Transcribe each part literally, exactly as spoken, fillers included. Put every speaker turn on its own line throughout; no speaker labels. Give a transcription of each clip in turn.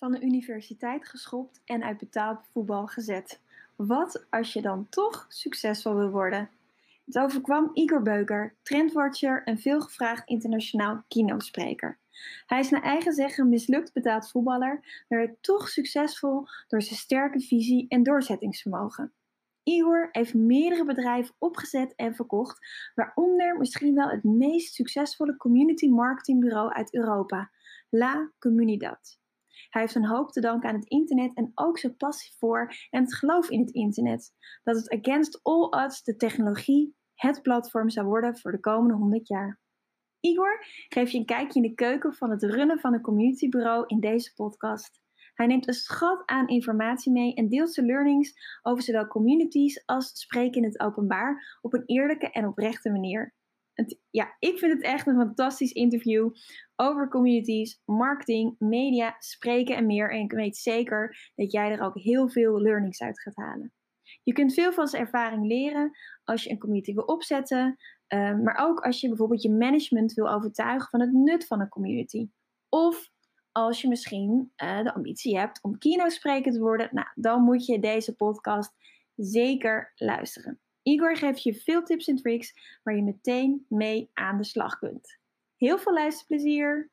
Van de universiteit geschopt en uit betaald voetbal gezet. Wat als je dan toch succesvol wil worden? Het overkwam Igor Beuker, trendwatcher en veelgevraagd internationaal keynote-spreker. Hij is naar eigen zeggen mislukt betaald voetballer, maar werd toch succesvol door zijn sterke visie en doorzettingsvermogen. Igor heeft meerdere bedrijven opgezet en verkocht, waaronder misschien wel het meest succesvolle community marketingbureau uit Europa, La Comunidad. Hij heeft een hoop te danken aan het internet en ook zijn passie voor en het geloof in het internet. Dat het against all odds de technologie het platform zou worden voor de komende honderd jaar. Igor geeft je een kijkje in de keuken van het runnen van een communitybureau in deze podcast. Hij neemt een schat aan informatie mee en deelt zijn learnings over zowel communities als spreken in het openbaar op een eerlijke en oprechte manier. Het, ja, ik vind het echt een fantastisch interview over communities, marketing, media, spreken en meer. En ik weet zeker dat jij er ook heel veel learnings uit gaat halen. Je kunt veel van zijn ervaring leren als je een community wil opzetten, uh, maar ook als je bijvoorbeeld je management wil overtuigen van het nut van een community. Of als je misschien uh, de ambitie hebt om keynote-spreker te worden, nou, dan moet je deze podcast zeker luisteren. Igor geeft je veel tips en tricks waar je meteen mee aan de slag kunt. Heel veel luisterplezier!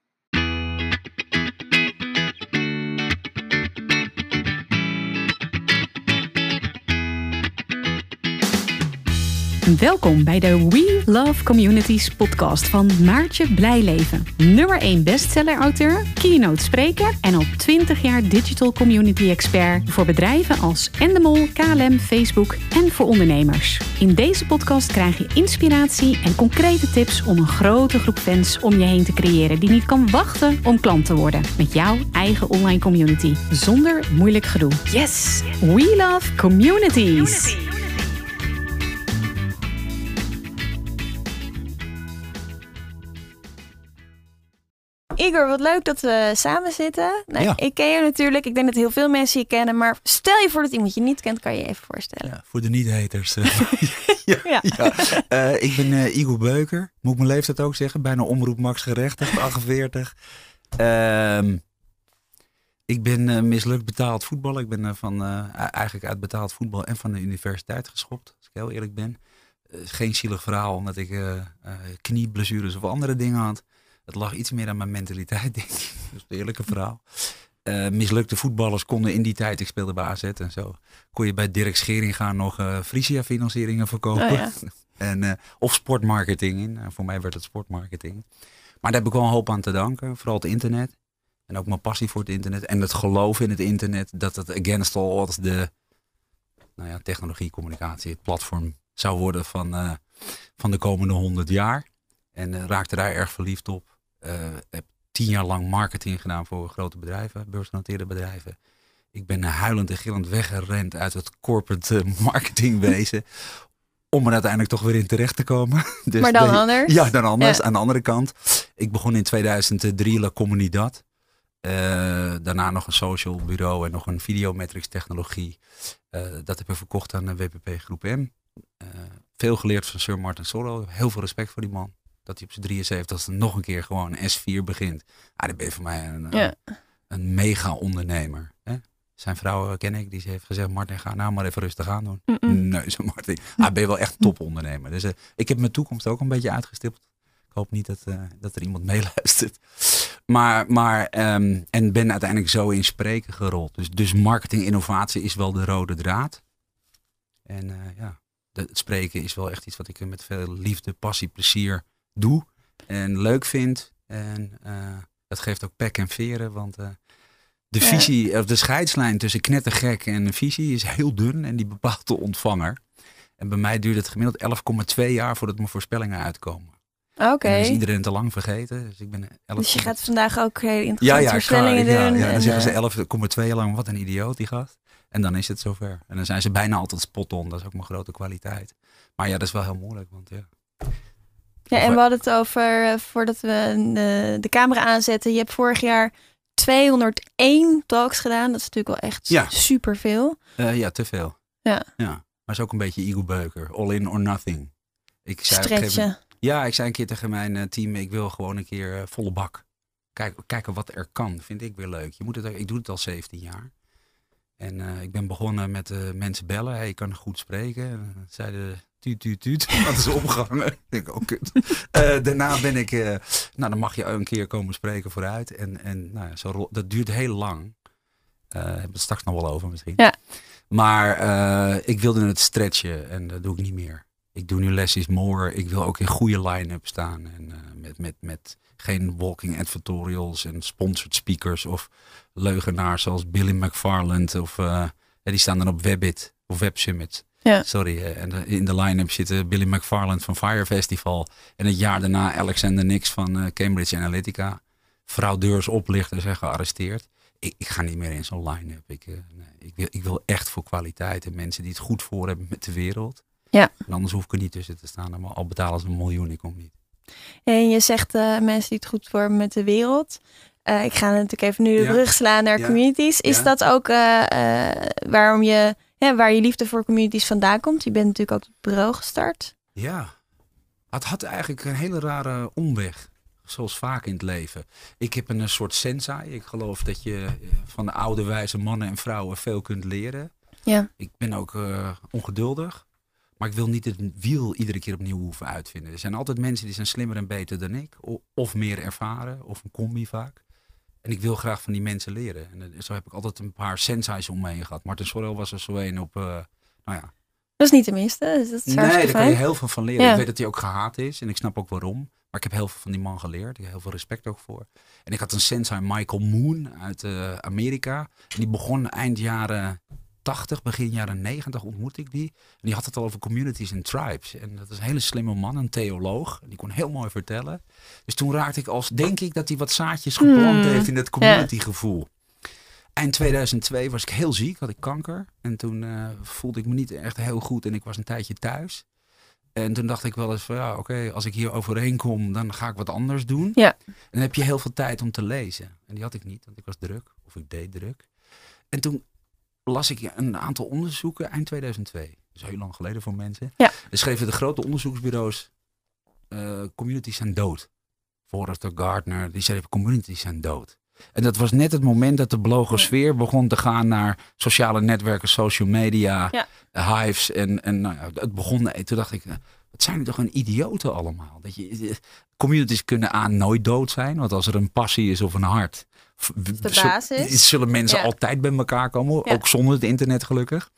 Welkom bij de We Love Communities podcast van Maartje Blijleven. Nummer één bestseller-auteur, keynote-spreker en al twintig jaar digital community expert voor bedrijven als Endemol, K L M, Facebook en voor ondernemers. In deze podcast krijg je inspiratie en concrete tips om een grote groep fans om je heen te creëren die niet kan wachten om klant te worden met jouw eigen online community. Zonder moeilijk gedoe. Yes! We Love Communities!
Igor, wat leuk dat we samen zitten. Nou,
ja.
Ik ken je natuurlijk. Ik denk dat heel veel mensen je kennen. Maar stel je voor dat iemand je niet kent, kan je je even voorstellen.
Ja, voor de niet-haters. ja, ja. ja. Uh, ik ben uh, Igor Beuker. Moet ik mijn leeftijd ook zeggen? Bijna omroep Max gerechtigd, achtenveertig. Uh, ik ben uh, mislukt betaald voetballer. Ik ben uh, van, uh, eigenlijk uit betaald voetbal en van de universiteit geschopt. Als ik heel eerlijk ben. Uh, geen zielig verhaal, omdat ik uh, uh, knieblessures of andere dingen had. Het lag iets meer aan mijn mentaliteit, denk ik. Dat is een eerlijke verhaal. Uh, mislukte voetballers konden in die tijd, ik speelde bij A Z en zo, kon je bij Dirk Scheringa nog uh, Frisia-financieringen verkopen. Oh ja. en, uh, of sportmarketing in. Uh, voor mij werd het sportmarketing. Maar daar heb ik wel een hoop aan te danken. Vooral het internet. En ook mijn passie voor het internet. En het geloof in het internet. Dat het against all odds de nou ja, technologie, communicatie, het platform zou worden van, uh, van de komende honderd jaar. En uh, raakte daar erg verliefd op. Uh, heb tien jaar lang marketing gedaan voor grote bedrijven, beursgenoteerde bedrijven. Ik ben uh, huilend en gillend weggerend uit het corporate uh, marketingwezen. Om er uiteindelijk toch weer in terecht te komen. Dus
maar dan
de,
anders?
Ja, dan anders.
Ja.
Aan de andere kant. Ik begon in tweeduizend drie La Comunidad. Uh, daarna nog een social bureau en nog een videometrics technologie. Uh, dat heb ik verkocht aan de W P P Groep M. Uh, veel geleerd van Sir Martin Sorrell. Heel veel respect voor die man. Dat hij op zijn drieënzeventigste nog een keer gewoon S vier begint. Ah, dan ben je voor mij een, ja. een, een mega ondernemer. Hè? Zijn vrouw ken ik, die heeft gezegd, Martin, ga nou maar even rustig aan doen. Mm-mm. Nee, zo Martin. Ah, ben je wel echt topondernemer. Dus uh, ik heb mijn toekomst ook een beetje uitgestippeld. Ik hoop niet dat, uh, dat er iemand meeluistert. Maar, maar um, en ben uiteindelijk zo in spreken gerold. Dus, dus marketing innovatie is wel de rode draad. En uh, ja, de, het spreken is wel echt iets wat ik met veel liefde, passie, plezier doe en leuk vind. En uh, dat geeft ook pek en veren, want uh, de ja. visie, of de scheidslijn tussen knettergek en een visie is heel dun en die bepaalt de ontvanger. En bij mij duurt het gemiddeld elf komma twee jaar voordat mijn voorspellingen uitkomen.
Oké. Okay.
En is iedereen te lang vergeten. Dus, ik ben elf
dus je gaat vandaag ook heel interessante
ja, ja,
voorspellingen
ga,
doen.
Ja, ja, dan
en,
zeggen ze elf komma twee jaar lang, wat een idioot die gast. En dan is het zover. En dan zijn ze bijna altijd spot on. Dat is ook mijn grote kwaliteit. Maar ja, dat is wel heel moeilijk, want ja...
Ja, en we hadden het over, uh, voordat we de, de camera aanzetten. Je hebt vorig jaar tweehonderdéén talks gedaan. Dat is natuurlijk wel echt ja. superveel.
Uh, ja, te veel.
Ja.
ja. Maar is ook een beetje Igor Beuker. All in or nothing. Ik zei
Stretchen.
Gegeven, ja, ik zei een keer tegen mijn uh, team, ik wil gewoon een keer uh, volle bak. Kijken, kijken wat er kan, vind ik weer leuk. Je moet het, ik doe het al zeventien jaar. En uh, ik ben begonnen met uh, mensen bellen. Hey, je kan goed spreken. En uh, zeiden tuut, tuut, tuut. Dat is opgehangen. Ik denk, oh kut. Uh, daarna ben ik, uh, nou dan mag je een keer komen spreken vooruit. En, en nou, zo, dat duurt heel lang. Uh, hebben we het straks nog wel over misschien.
Ja.
Maar uh, ik wilde het stretchen en dat doe ik niet meer. Ik doe nu less is more. Ik wil ook in goede line-up staan. En uh, met, met, met geen walking advertorials en sponsored speakers of leugenaars zoals Billy McFarland. Of uh, ja, die staan dan op Webbit of Web Summit.
Ja.
Sorry. Uh, en in de line-up zitten Billy McFarland van Fire Festival. En het jaar daarna Alexander Nix van uh, Cambridge Analytica. Fraudeursoplichters zijn gearresteerd. Ik, ik ga niet meer in zo'n line-up. Ik, uh, nee, ik, wil, ik wil echt voor kwaliteit en mensen die het goed voor hebben met de wereld.
Ja.
En anders hoef ik er niet tussen te staan. Maar al betalen ze een miljoen, ik kom niet.
En je zegt uh, mensen die het goed voor hebben met de wereld. Uh, ik ga natuurlijk even nu de
Ja.
brug slaan naar
Ja.
communities. Is
Ja.
dat ook uh, uh, waarom je, ja, waar je liefde voor communities vandaan komt? Je bent natuurlijk ook het bureau gestart.
Ja. Het had eigenlijk een hele rare omweg. Zoals vaak in het leven. Ik heb een soort sensei. Ik geloof dat je van de oude wijze mannen en vrouwen veel kunt leren.
Ja.
Ik ben ook uh, ongeduldig. Maar ik wil niet het wiel iedere keer opnieuw hoeven uitvinden. Er zijn altijd mensen die zijn slimmer en beter dan ik. Of meer ervaren. Of een combi vaak. En ik wil graag van die mensen leren. En zo heb ik altijd een paar sensei's om me heen gehad. Martin Sorrell was er zo een op... Uh, nou ja.
Dat is niet de minste. Dus dat is
nee, daar
fijn.
kan je heel veel van leren.
Ja.
Ik weet dat hij ook gehaat is. En ik snap ook waarom. Maar ik heb heel veel van die man geleerd. Ik heb heel veel respect ook voor. En ik had een sensei, Michael Moon uit uh, Amerika. En die begon eind jaren tachtig, begin jaren negentig ontmoette ik die. En die had het al over communities en tribes. En dat is een hele slimme man, een theoloog. En die kon heel mooi vertellen. Dus toen raakte ik als, denk ik dat hij wat zaadjes geplant
hmm.
heeft in het community gevoel. Eind tweeduizend twee was ik heel ziek, had ik kanker. En toen uh, voelde ik me niet echt heel goed en ik was een tijdje thuis. En toen dacht ik wel eens van ja, oké, okay, als ik hier overheen kom, dan ga ik wat anders doen.
Ja.
En dan heb je heel veel tijd om te lezen. En die had ik niet, want ik was druk. Of ik deed druk. En toen las ik een aantal onderzoeken eind tweeduizend twee. Dat is heel lang geleden voor mensen.
Ja.
Er schreven de grote onderzoeksbureaus, uh, communities zijn dood. Forrester, Gardner, die schreven communities zijn dood. En dat was net het moment dat de blogosfeer begon te gaan naar sociale netwerken, social media, ja. hives. En, en nou ja, het begon, toen dacht ik, wat zijn die toch een idioten allemaal. Dat je, communities kunnen aan nooit dood zijn, want als er een passie is of een hart,
de basis.
zullen mensen
ja.
altijd bij elkaar komen,
ja.
ook zonder het internet gelukkig.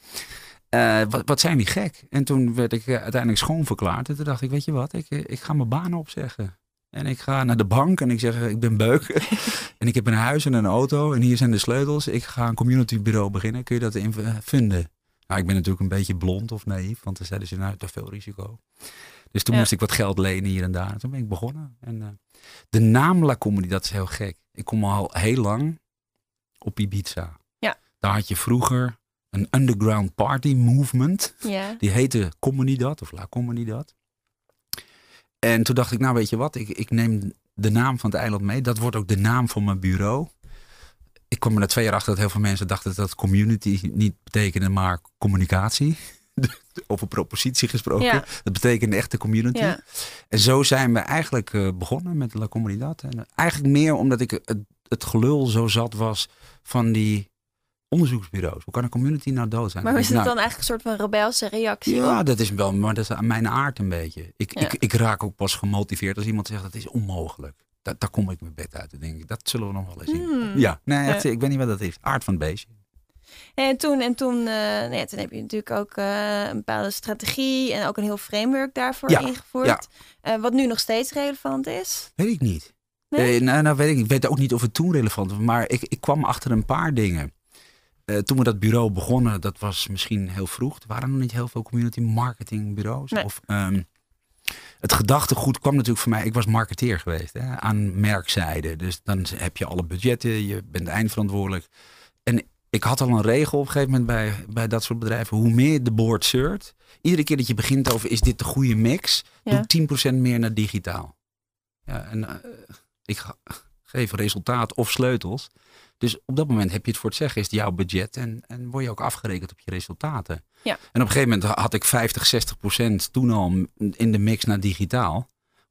Uh, wat, wat zijn die gek? En toen werd ik uiteindelijk schoonverklaard. En toen dacht ik, weet je wat, ik, ik ga mijn baan opzeggen. En ik ga naar de bank en ik zeg, ik ben Beuker. En ik heb een huis en een auto en hier zijn de sleutels. Ik ga een communitybureau beginnen. Kun je dat in vinden? Nou, ik ben natuurlijk een beetje blond of naïef, want dan zeiden ze, nou, te veel risico. Dus toen ja. moest ik wat geld lenen hier en daar. En toen ben ik begonnen. En uh, de naam La Comedy, dat is heel gek. Ik kom al heel lang op Ibiza.
Ja.
Daar had je vroeger een underground party movement.
Ja.
Die heette Comunidad of La Comunidad. En toen dacht ik, nou weet je wat, ik, ik neem de naam van het eiland mee. Dat wordt ook de naam van mijn bureau. Ik kwam er na twee jaar achter dat heel veel mensen dachten dat community niet betekende, maar communicatie. Over propositie gesproken.
Ja.
Dat betekende echt de community.
Ja.
En zo zijn we eigenlijk uh, begonnen met La Comunidad. En eigenlijk meer omdat ik het, het gelul zo zat was van die onderzoeksbureaus. Hoe kan een community nou dood zijn?
Maar is het
nou,
dan eigenlijk een soort van rebelse reactie?
Ja, op? dat is wel, maar dat is aan mijn aard een beetje. Ik,
Ja.
ik, ik raak ook pas gemotiveerd als iemand zegt dat is onmogelijk. Da, daar kom ik mijn bed uit. Dan denk ik, dat zullen we nog wel eens zien.
Hmm.
Ja, nee, echt,
Ja.
ik weet niet wat dat is. Aard van het beestje.
En toen, en toen, uh, nou ja, toen heb je natuurlijk ook uh, een bepaalde strategie en ook een heel framework daarvoor
Ja,
ingevoerd.
ja.
Uh, wat nu nog steeds relevant is.
Weet ik niet.
Nee?
Eh, nou, nou weet ik, ik weet ook niet of het toen relevant was. Maar ik, ik kwam achter een paar dingen. Uh, toen we dat bureau begonnen, dat was misschien heel vroeg. Er waren nog niet heel veel community marketing bureaus.
Nee.
Of, um, het gedachtegoed kwam natuurlijk voor mij. Ik was marketeer geweest hè, aan merkzijde. Dus dan heb je alle budgetten, je bent eindverantwoordelijk. En ik had al een regel op een gegeven moment bij, bij dat soort bedrijven. Hoe meer de board zeurt, iedere keer dat je begint over is dit de goede mix,
Ja.
doe tien procent meer naar digitaal. Ja, en uh, ik ga, geef resultaat of sleutels. Dus op dat moment heb je het voor het zeggen, is het jouw budget en, en word je ook afgerekend op je resultaten.
Ja.
En op een gegeven moment had ik vijftig, zestig procent toen al in de mix naar digitaal.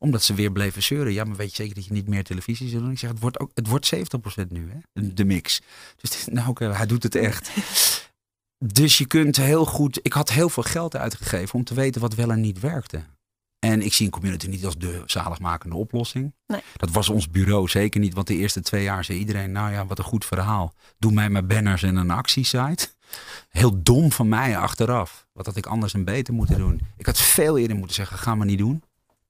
Omdat ze weer bleven zeuren. Ja, maar weet je zeker dat je niet meer televisie zult doen? Ik zeg, het wordt, ook, het wordt zeventig procent nu, hè? De mix. Dus nou, okay, hij doet het echt. Dus je kunt heel goed... Ik had heel veel geld uitgegeven om te weten wat wel en niet werkte. En ik zie een community niet als de zaligmakende oplossing.
Nee.
Dat was ons bureau zeker niet. Want de eerste twee jaar zei iedereen... Nou ja, wat een goed verhaal. Doe mij maar banners en een actiesite. Heel dom van mij achteraf. Wat had ik anders en beter moeten doen. Ik had veel eerder moeten zeggen, ga maar niet doen.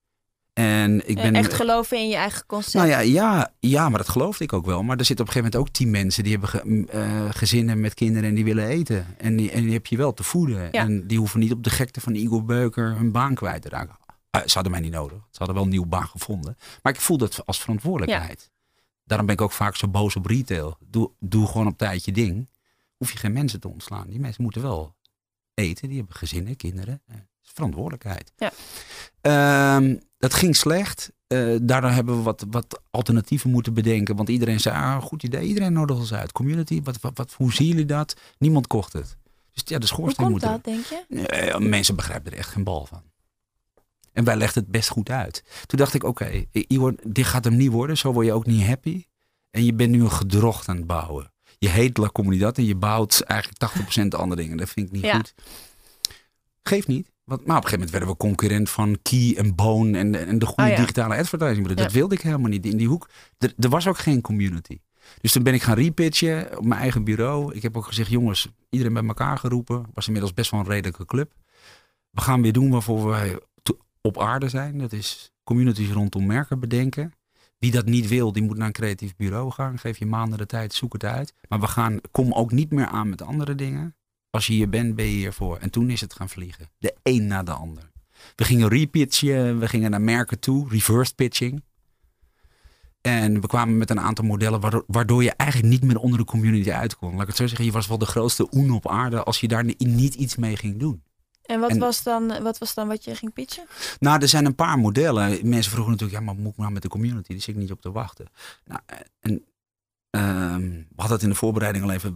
En ik ben...
Echt geloven in je eigen concept.
Nou ja, ja, ja, maar dat geloofde ik ook wel. Maar er zitten op een gegeven moment ook tien mensen... die hebben ge, uh, gezinnen met kinderen en die willen eten. En die, en die heb je wel te voeden. Ja. En die hoeven niet op de gekte van Igor Beuker hun baan kwijt te raken. Uh, ze hadden mij niet nodig. Ze hadden wel een nieuwe baan gevonden. Maar ik voel dat als verantwoordelijkheid. Ja. Daarom ben ik ook vaak zo boos op retail. Doe, doe gewoon op tijd je ding. Hoef je geen mensen te ontslaan. Die mensen moeten wel eten. Die hebben gezinnen, kinderen. Dat is verantwoordelijkheid.
Ja.
Um, dat ging slecht. Uh, daardoor hebben we wat, wat alternatieven moeten bedenken. Want iedereen zei, ah, goed idee. Iedereen nodigt ons uit. Community, wat, wat, wat, hoe zien jullie dat? Niemand kocht het. Dus ja, de schoorsteen
moet. Hoe komt
moeten...
dat, denk je?
Uh, mensen begrijpen er echt geen bal van. En wij legden het best goed uit. Toen dacht ik, oké, okay, Igor, dit gaat hem niet worden. Zo word je ook niet happy. En je bent nu een gedrocht aan het bouwen. Je heet La Comunidad en je bouwt eigenlijk tachtig procent andere dingen. Dat vind ik niet
ja.
goed. Geeft niet. Want, maar op een gegeven moment werden we concurrent van Key en Bone en, en de goede oh, ja. digitale advertising. Dat ja. wilde ik helemaal niet in die hoek. Er, er was ook geen community. Dus toen ben ik gaan repitchen op mijn eigen bureau. Ik heb ook gezegd, jongens, iedereen bij elkaar geroepen. Was inmiddels best wel een redelijke club. We gaan weer doen waarvoor wij op aarde zijn. Dat is communities rondom merken bedenken. Wie dat niet wil, die moet naar een creatief bureau gaan. Geef je maanden de tijd, zoek het uit. Maar we gaan, kom ook niet meer aan met andere dingen. Als je hier bent, ben je hiervoor. En toen is het gaan vliegen. De een na de ander. We gingen repitchen, we gingen naar merken toe. Reverse pitching. En we kwamen met een aantal modellen waardoor, waardoor je eigenlijk niet meer onder de community uit kon. Laat ik het zo zeggen, je was wel de grootste oen op aarde als je daar niet iets mee ging doen.
En wat, en was dan, wat was dan wat je ging pitchen?
Nou, er zijn een paar modellen. Mensen vroegen natuurlijk, ja, maar moet ik nou met de community? Dus ik niet op te wachten. Nou, en, um, we hadden het in de voorbereiding al even.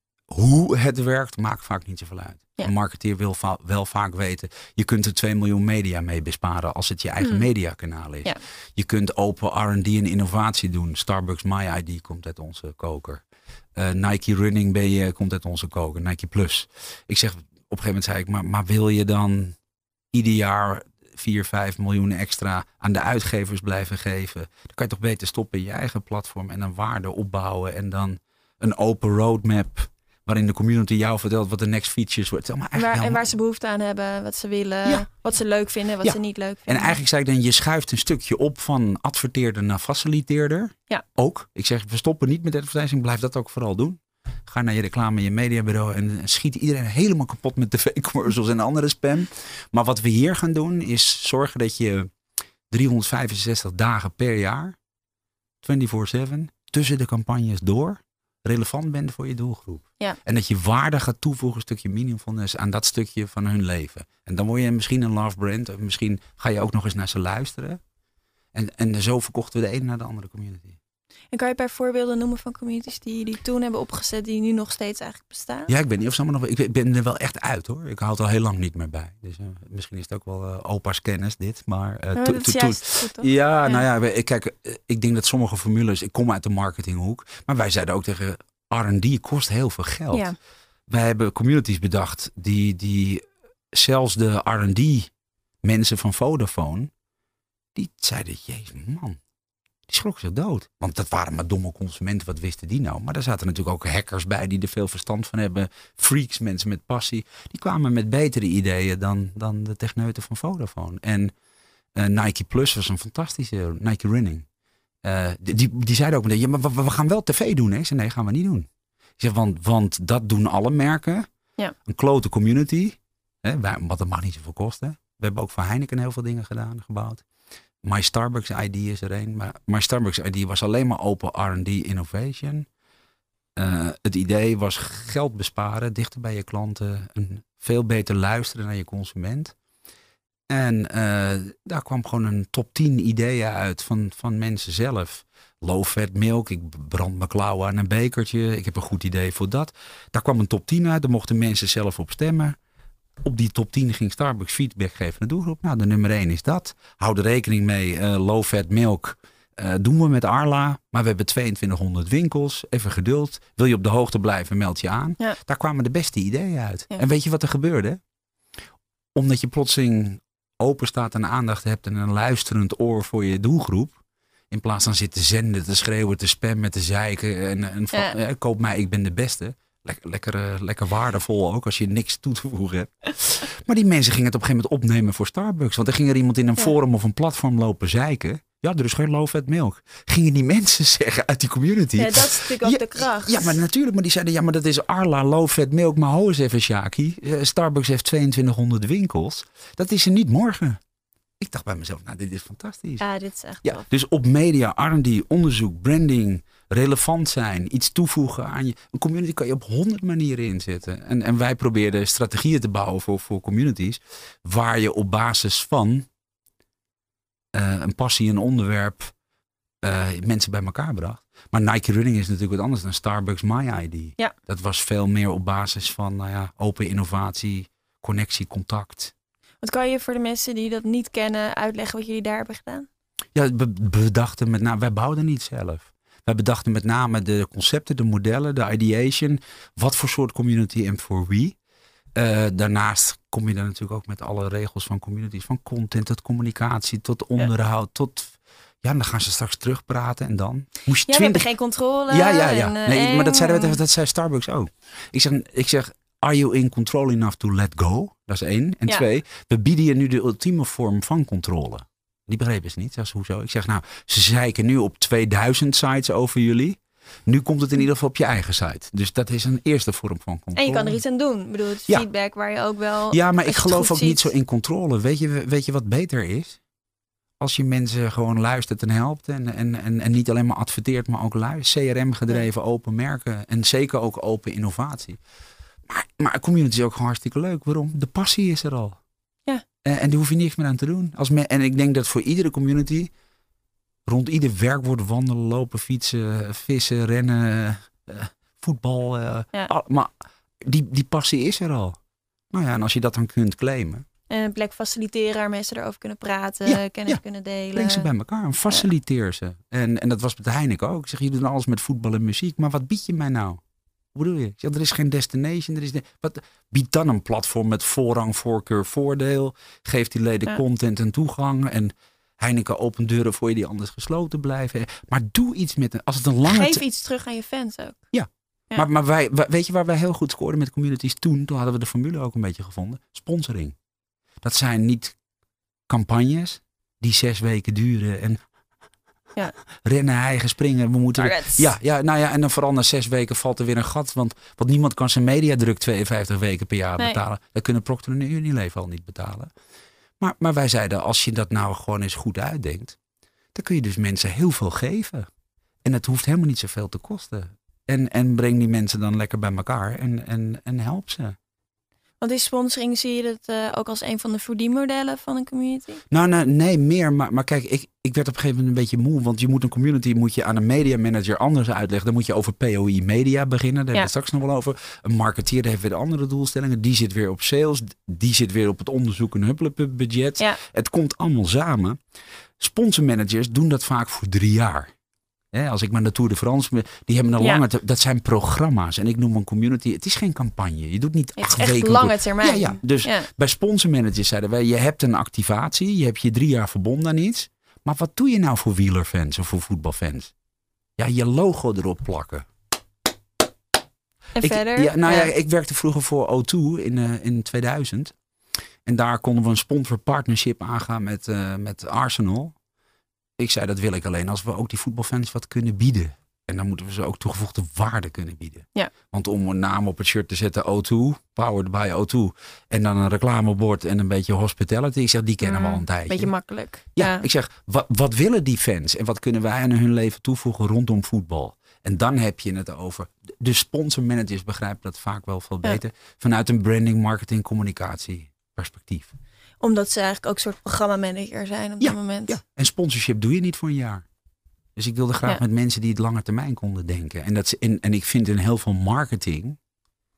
Hoe het werkt, maakt vaak niet zoveel uit. Ja. Een marketeer wil va- wel vaak weten. Je kunt er twee miljoen media mee besparen als het je eigen hmm. mediakanaal is. Ja. Je kunt open R en D en innovatie doen. Starbucks My I D komt uit onze koker. Uh, Nike Running B je komt uit onze koker. Nike Plus. Ik zeg... Op een gegeven moment zei ik, maar, maar wil je dan ieder jaar vier, vijf miljoen extra aan de uitgevers blijven geven? Dan kan je toch beter stoppen in je eigen platform en een waarde opbouwen. En dan een open roadmap waarin de community jou vertelt wat de next features wordt.
Waar, helemaal... En waar ze behoefte aan hebben, wat ze willen, ja. wat ze leuk vinden, wat ja. ze niet leuk vinden.
En eigenlijk zei ik dan, je schuift een stukje op van adverteerder naar faciliteerder.
Ja.
Ook. Ik zeg, we stoppen niet met advertising, blijf dat ook vooral doen. Ga naar je reclame, je mediabureau en schiet iedereen helemaal kapot met tv-commercials en andere spam. Maar wat we hier gaan doen is zorgen dat je driehonderdvijfenzestig dagen per jaar, vierentwintig zeven, tussen de campagnes door, relevant bent voor je doelgroep.
Ja.
En dat je waarde gaat toevoegen, een stukje meaningfulness aan dat stukje van hun leven. En dan word je misschien een love brand. Of misschien ga je ook nog eens naar ze luisteren. En, en zo verkochten we de ene naar de andere community.
En kan je een paar voorbeelden noemen van communities die die toen hebben opgezet, die nu nog steeds eigenlijk bestaan?
Ja, ik weet niet of ze allemaal nog. Ik ben er wel echt uit hoor. Ik hou het al heel lang niet meer bij. Dus uh, misschien is het ook wel uh, opa's kennis dit. Maar uh,
ja,
to,
dat
to,
is juist goed, toch?
Ja,
ja,
nou ja, ik, kijk, ik denk dat sommige formules. Ik kom uit de marketinghoek, maar wij zeiden ook tegen R en D kost heel veel geld.
Ja.
Wij hebben communities bedacht die, die zelfs de R en D mensen van Vodafone, die zeiden, jezus man. Die schrok zich dood. Want dat waren maar domme consumenten. Wat wisten die nou? Maar daar zaten natuurlijk ook hackers bij die er veel verstand van hebben. Freaks, mensen met passie. Die kwamen met betere ideeën dan, dan de techneuten van Vodafone. En uh, Nike Plus was een fantastische Nike Running. Uh, die, die zeiden ook meteen, ja, maar we, we gaan wel tv doen. Hè? Ik zei, nee, gaan we niet doen. Ik zeg, want, want dat doen alle merken.
Ja.
Een klote community. Hè? Wat dat mag niet zoveel kosten. We hebben ook voor Heineken heel veel dingen gedaan, gebouwd. My Starbucks I D is er een. Maar My Starbucks I D was alleen maar open R en D innovation. Uh, het idee was geld besparen, dichter bij je klanten. Een veel beter luisteren naar je consument. En uh, daar kwam gewoon een top tien ideeën uit van, van mensen zelf. Low fat milk, ik brand mijn klauwen aan een bekertje. Ik heb een goed idee voor dat. Daar kwam een top tien uit, daar mochten mensen zelf op stemmen. Op die top tien ging Starbucks feedback geven naar de doelgroep. Nou, de nummer één is dat. Hou er rekening mee. Uh, low fat milk uh, doen we met Arla. Maar we hebben tweeëntwintighonderd winkels. Even geduld. Wil je op de hoogte blijven, meld je aan. Ja. Daar kwamen de beste ideeën uit. Ja. En weet je wat er gebeurde? Omdat je plotseling open staat en aandacht hebt en een luisterend oor voor je doelgroep. In plaats van zitten zenden, te schreeuwen, te spammen, te zeiken. En, en van, ja. Ja, koop mij, ik ben de beste. Lekker, lekker, uh, lekker waardevol ook als je niks toe te voegen hebt. Maar die mensen gingen het op een gegeven moment opnemen voor Starbucks. Want er ging er iemand in een ja. forum of een platform lopen zeiken. Ja, er is geen low fat milk. Gingen die mensen zeggen uit die community.
Ja, dat is natuurlijk ook
ja,
de kracht.
Ja, maar natuurlijk. Maar die zeiden, ja, maar dat is Arla, low fat milk. Maar ho eens even, Shaki. Uh, Starbucks heeft tweeëntwintighonderd winkels. Dat is er niet morgen. Ik dacht bij mezelf, nou, dit is fantastisch.
Ja, dit is echt
ja,
tof.
Dus op media, R en D, onderzoek, branding, relevant zijn, iets toevoegen aan je. Een community kan je op honderd manieren inzetten. En, en wij probeerden strategieën te bouwen voor, voor communities. Waar je op basis van uh, een passie, een onderwerp, uh, mensen bij elkaar bracht. Maar Nike Running is natuurlijk wat anders dan Starbucks My I D.
Ja.
Dat was veel meer op basis van nou ja, open innovatie, connectie, contact.
Wat kan je voor de mensen die dat niet kennen uitleggen wat jullie daar hebben gedaan?
Ja, we bedachten met name, wij bouwden niet zelf. Wij bedachten met name de concepten, de modellen, de ideation. Wat voor soort community en voor wie. Uh, daarnaast kom je dan natuurlijk ook met alle regels van communities. Van content tot communicatie, tot onderhoud, ja. tot... Ja, dan gaan ze straks terugpraten en dan moest je
ja,
twintig...
we hebben geen controle.
Ja, ja, ja.
En, uh,
nee, maar dat zei,
en...
dat zei Starbucks ook. Ik zeg, ik zeg, are you in control enough to let go? Dat is één. En ja. twee, we bieden je nu de ultieme vorm van controle. Die begrepen ze niet. Dat is hoezo. Ik zeg, nou, ze zeiken nu op tweeduizend sites over jullie. Nu komt het in ieder geval op je eigen site. Dus dat is een eerste vorm van controle.
En je kan er iets aan doen. Ik bedoel, het
ja.
feedback waar je ook wel...
Ja, maar ik geloof ook
ziet.
niet zo in controle. Weet je, weet je wat beter is? Als je mensen gewoon luistert en helpt. En, en, en, en niet alleen maar adverteert, maar ook luistert. C R M gedreven, ja. open merken. En zeker ook open innovatie. Maar, maar community is ook hartstikke leuk. Waarom? De passie is er al.
Ja.
En, en daar hoef je niks meer aan te doen. Als me, en ik denk dat voor iedere community... rond ieder werkwoord wandelen, lopen, fietsen, vissen, rennen, uh, voetbal. Uh,
ja.
al, maar die, die passie is er al. Nou ja, en als je dat dan kunt claimen.
En een plek faciliteren waar mensen erover kunnen praten, ja, kennis ja. kunnen delen.
Breng ze bij elkaar en faciliteer ze. En, en dat was met Heineken ook. Ik zeg, je doet alles met voetbal en muziek. Maar wat bied je mij nou? Hoe bedoel je? Ja, er is geen destination. Er is de, wat, bied dan een platform met voorrang, voorkeur, voordeel. Geef die leden ja. content en toegang. En Heineken opent deuren voor je die anders gesloten blijven. Maar doe iets met een... Als het een lange
Geef
te...
iets terug aan je fans ook.
Ja. ja. Maar, maar wij, wij, weet je waar wij heel goed scoorden met communities toen? Toen hadden we de formule ook een beetje gevonden. Sponsoring. Dat zijn niet campagnes die zes weken duren en...
Ja.
Rennen, hijgen, springen. We moeten weer... ja, ja, nou ja, en dan vooral na zes weken valt er weer een gat. Want, want niemand kan zijn mediadruk tweeënvijftig weken per jaar nee. betalen. Dat kunnen Procter en Unilever al niet betalen. Maar, maar wij zeiden, als je dat nou gewoon eens goed uitdenkt. Dan kun je dus mensen heel veel geven. En het hoeft helemaal niet zoveel te kosten. En, en breng die mensen dan lekker bij elkaar en, en, en help ze.
Want is sponsoring, zie je dat uh, ook als een van de verdienmodellen van een community?
Nou, nou nee, meer. Maar, maar kijk, ik, ik werd op een gegeven moment een beetje moe. Want je moet een community moet je aan een media manager anders uitleggen. Dan moet je over P O I media beginnen. Daar ja. hebben we het straks nog wel over. Een marketeer heeft weer andere doelstellingen. Die zit weer op sales. Die zit weer op het onderzoek en huppelen budget. Ja. Het komt allemaal samen. Sponsormanagers doen dat vaak voor drie jaar. He, als ik maar naar Tour de France, die hebben een ja. lange, dat zijn programma's. En ik noem een community, het is geen campagne. Je doet niet
het
acht
is echt
weken.
lange termijn.
Ja, ja. Dus ja. bij sponsormanagers zeiden wij, je hebt een activatie, je hebt je drie jaar verbonden aan iets. Maar wat doe je nou voor wielerfans of voor voetbalfans? Ja, je logo erop plakken.
En
ik,
verder?
Ja, nou ja.
ja,
ik werkte vroeger voor O twee in, uh, in tweeduizend. En daar konden we een sponsor partnership aangaan met, uh, met Arsenal. Ik zei, dat wil ik alleen als we ook die voetbalfans wat kunnen bieden. En dan moeten we ze ook toegevoegde waarde kunnen bieden.
Ja.
Want om een naam op het shirt te zetten, O twee, powered by O twee. En dan een reclamebord en een beetje hospitality. Ik zeg, die kennen mm, we al een tijdje.
Beetje makkelijk.
Ja,
ja.
ik zeg, wat, wat willen die fans? En wat kunnen wij aan hun leven toevoegen rondom voetbal? En dan heb je het over... De sponsormanagers begrijpen dat vaak wel veel beter. Ja. Vanuit een branding, marketing, communicatie perspectief.
Omdat ze eigenlijk ook een soort programmamanager zijn op
ja,
dat moment.
Ja. En sponsorship doe je niet voor een jaar. Dus ik wilde graag ja. met mensen die het lange termijn konden denken. En, dat, en, en ik vind in heel veel marketing...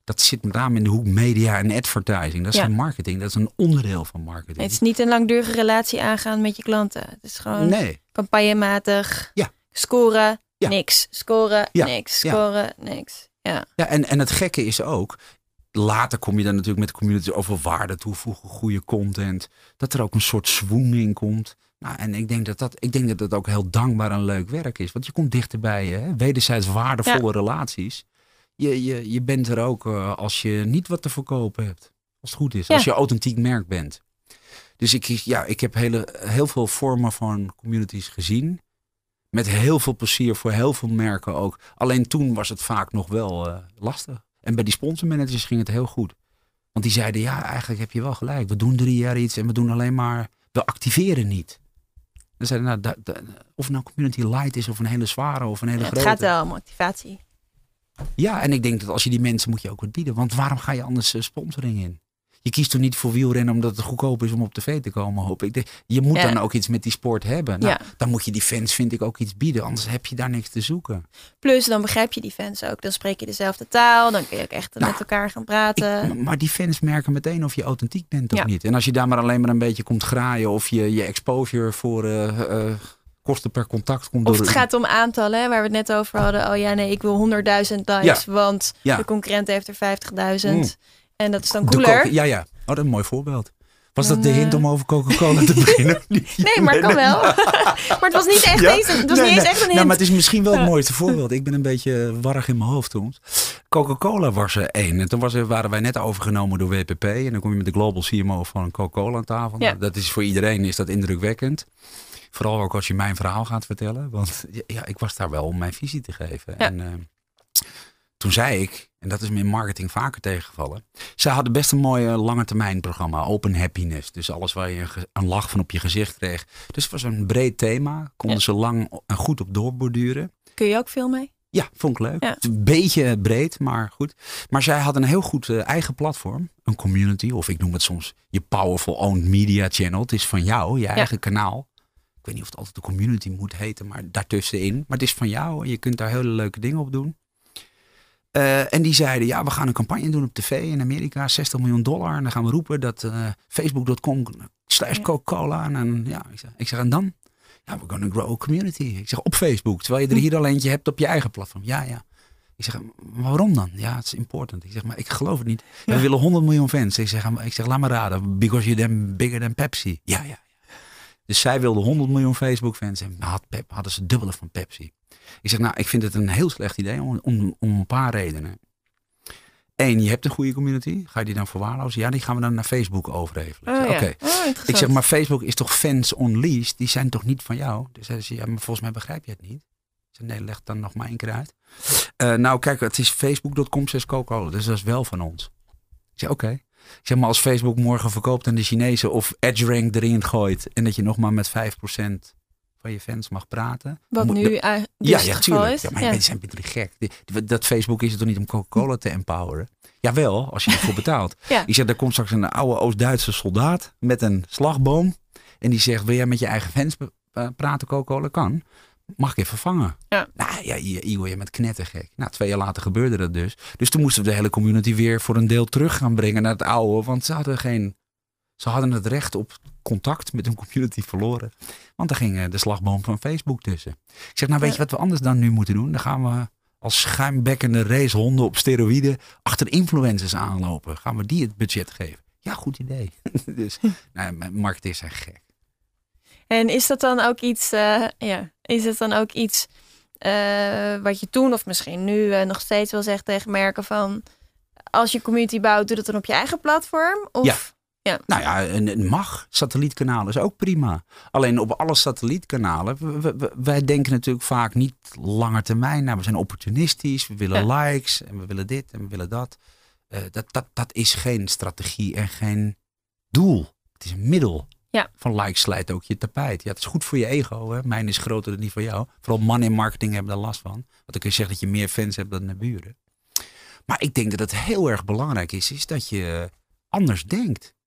dat zit met name in de hoek media en advertising. Dat is
Ja.
geen marketing, dat is een onderdeel van marketing.
Het is niet een langdurige relatie aangaan met je klanten. Het is gewoon
Nee.
campagnematig.
Ja.
Scoren,
Ja.
niks. Scoren,
Ja.
niks.
Ja.
Scoren, niks. Ja.
Ja, en, en het gekke is ook, later kom je dan natuurlijk met de community over waarde toevoegen, goede content. Dat er ook een soort swoon in komt. Nou, en ik denk dat dat, ik denk dat dat ook heel dankbaar en leuk werk is. Want je komt dichterbij je, hè? Wederzijds waardevolle
Ja.
relaties. Je, je, je bent er ook uh, als je niet wat te verkopen hebt. Als het goed is.
Ja.
Als je authentiek merk bent. Dus ik, ja, ik heb hele, heel veel vormen van communities gezien. Met heel veel plezier voor heel veel merken ook. Alleen toen was het vaak nog wel uh, lastig. En bij die sponsormanagers ging het heel goed. Want die zeiden, ja, eigenlijk heb je wel gelijk. We doen drie jaar iets en we doen alleen maar... We activeren niet. Dan zeiden nou, da, da, of het nou community light is of een hele zware of een hele
Ja, het
grote.
gaat wel om activatie.
Ja, en ik denk dat als je die mensen moet je ook wat bieden. Want waarom ga je anders uh, sponsoring in? Je kiest toch niet voor wielrennen omdat het goedkoop is om op tv te komen, hoop ik. De, je moet
Ja.
dan ook iets met die sport hebben. Nou,
Ja.
Dan moet je die fans, vind ik, ook iets bieden. Anders heb je daar niks te zoeken.
Plus, dan begrijp je die fans ook. Dan spreek je dezelfde taal. Dan kun je ook echt
Nou,
met elkaar gaan praten.
Ik, maar die fans merken meteen of je authentiek bent of
Ja.
niet. En als je daar maar alleen maar een beetje komt graaien of je, je exposure voor uh, uh, kosten per contact komt
Of
door.
het gaat om aantallen, hè, waar we het net over hadden. Oh ja, nee, ik wil honderdduizend likes,
Ja.
want
Ja.
de concurrent heeft er vijftigduizend.
Mm.
En dat is dan
De
cooler.
Coca- ja, ja. Oh, dat is een mooi voorbeeld. Was
Dan,
dat de hint
uh,
om over Coca-Cola te beginnen?
Nee, maar kan wel. Maar het was niet echt,
Ja?
eens, het was
Nee,
niet eens
nee.
echt een hint.
Nou, maar het is misschien wel het
Ja.
mooiste voorbeeld. Ik ben een beetje warrig in mijn hoofd soms. Coca-Cola was er één. En toen was er, waren wij net overgenomen door W P P. En dan kom je met de global C M O van Coca-Cola aan tafel.
Ja.
Nou, dat is voor iedereen is dat indrukwekkend. Vooral ook als je mijn verhaal gaat vertellen. Want ja, ik was daar wel om mijn visie te geven.
Ja.
En uh, toen zei ik, en dat is me in marketing vaker tegengevallen. Zij hadden best een mooi lange termijn programma. Open happiness. Dus alles waar je een, ge- een lach van op je gezicht kreeg. Dus het was een breed thema. Konden
Ja.
ze lang en goed op doorborduren.
Kun je ook veel mee?
Ja, vond ik leuk.
Ja.
Het is een beetje breed, maar goed. Maar zij had een heel goed uh, eigen platform. Een community. Of ik noem het soms je powerful owned media channel. Het is van jou, je eigen kanaal. Ik weet niet of het altijd de community moet heten, maar daartussenin. Maar het is van jou en je kunt daar hele leuke dingen op doen. Uh, en die zeiden, ja, we gaan een campagne doen op tv in Amerika. zestig miljoen dollar. En dan gaan we roepen dat uh, facebook dot com slash Coca-Cola. En dan, ja, ik zeg, ik zeg, en dan? Ja, we're gonna grow a community. Ik zeg, op Facebook. Terwijl je er hier al eentje hebt op je eigen platform. Ja, ja. Ik zeg, waarom dan? Ja, het is important. Ik zeg, maar ik geloof het niet. Ja. We willen honderd miljoen fans. Ik zeg, ik zeg, laat me raden. Because you're them bigger than Pepsi. Ja, ja, ja. Dus zij wilden honderd miljoen Facebook fans. En had Pep, hadden ze dubbele van Pepsi. Ik zeg, nou, ik vind het een heel slecht idee om, om, om een paar redenen. Eén, je hebt een goede community. Ga je die dan verwaarlozen? Ja, die gaan we dan naar Facebook overhevelen.
Oh,
Oké.
ja.
Okay.
Oh,
ik zeg, maar Facebook is toch fans unleashed? Die zijn toch niet van jou? Dus zeiden ze, ja, maar volgens mij begrijp je het niet. Ik zeg, nee, leg het dan nog maar één keer uit. Uh, nou, kijk, het is facebook dot com slash Coca-Cola. Dus dat is wel van ons. Ik zeg, oké. Okay. Ik zeg, maar als Facebook morgen verkoopt aan de Chinezen of EdgeRank erin gooit en dat je nog maar met vijf procent van je fans mag praten.
Wat
moet,
nu
de,
uh, dus
ja, ja,
het
tuurlijk.
is.
Ja, maar
ja.
mensen zijn beetje gek. Die, dat Facebook is het toch niet om Coca-Cola te empoweren? Jawel, als je ervoor betaalt.
Ja.
Ik zeg, daar komt straks een oude Oost-Duitse soldaat met een slagboom. En die zegt, wil jij met je eigen fans praten, Coca-Cola? Kan. Mag ik even vangen?
Ja.
Nou ja, Igor, je bent knettergek. Nou, twee jaar later gebeurde dat dus. Dus toen moesten we de hele community weer voor een deel terug gaan brengen naar het oude. Want ze hadden geen... Ze hadden het recht op contact met hun community verloren. Want er ging de slagboom van Facebook tussen. Ik zeg, nou weet je wat we anders dan nu moeten doen? Dan gaan we als schuimbekkende racehonden op steroïden achter influencers aanlopen. Gaan we die het budget geven? Ja, goed idee. Dus nou, marketeers zijn gek.
En is dat dan ook iets, uh, ja, is het dan ook iets uh, wat je toen of misschien nu uh, nog steeds wil zeggen tegen merken van, als je community bouwt, doe dat dan op je eigen platform? Of...
Ja.
Ja.
Nou ja, het mag. Satellietkanalen is ook prima. Alleen op alle satellietkanalen, we, we, wij denken natuurlijk vaak niet langer termijn. Nou, we zijn opportunistisch, we willen ja. likes en we willen dit en we willen dat. Uh, dat, dat. Dat is geen strategie en geen doel. Het is een middel.
Ja.
Van likes slijt ook je tapijt. Ja, het is goed voor je ego. Hè? Mijn is groter dan die van jou. Vooral mannen in marketing hebben daar last van. Want dan kun je zeggen dat je meer fans hebt dan de buren. Maar ik denk dat het heel erg belangrijk is, is dat je anders denkt.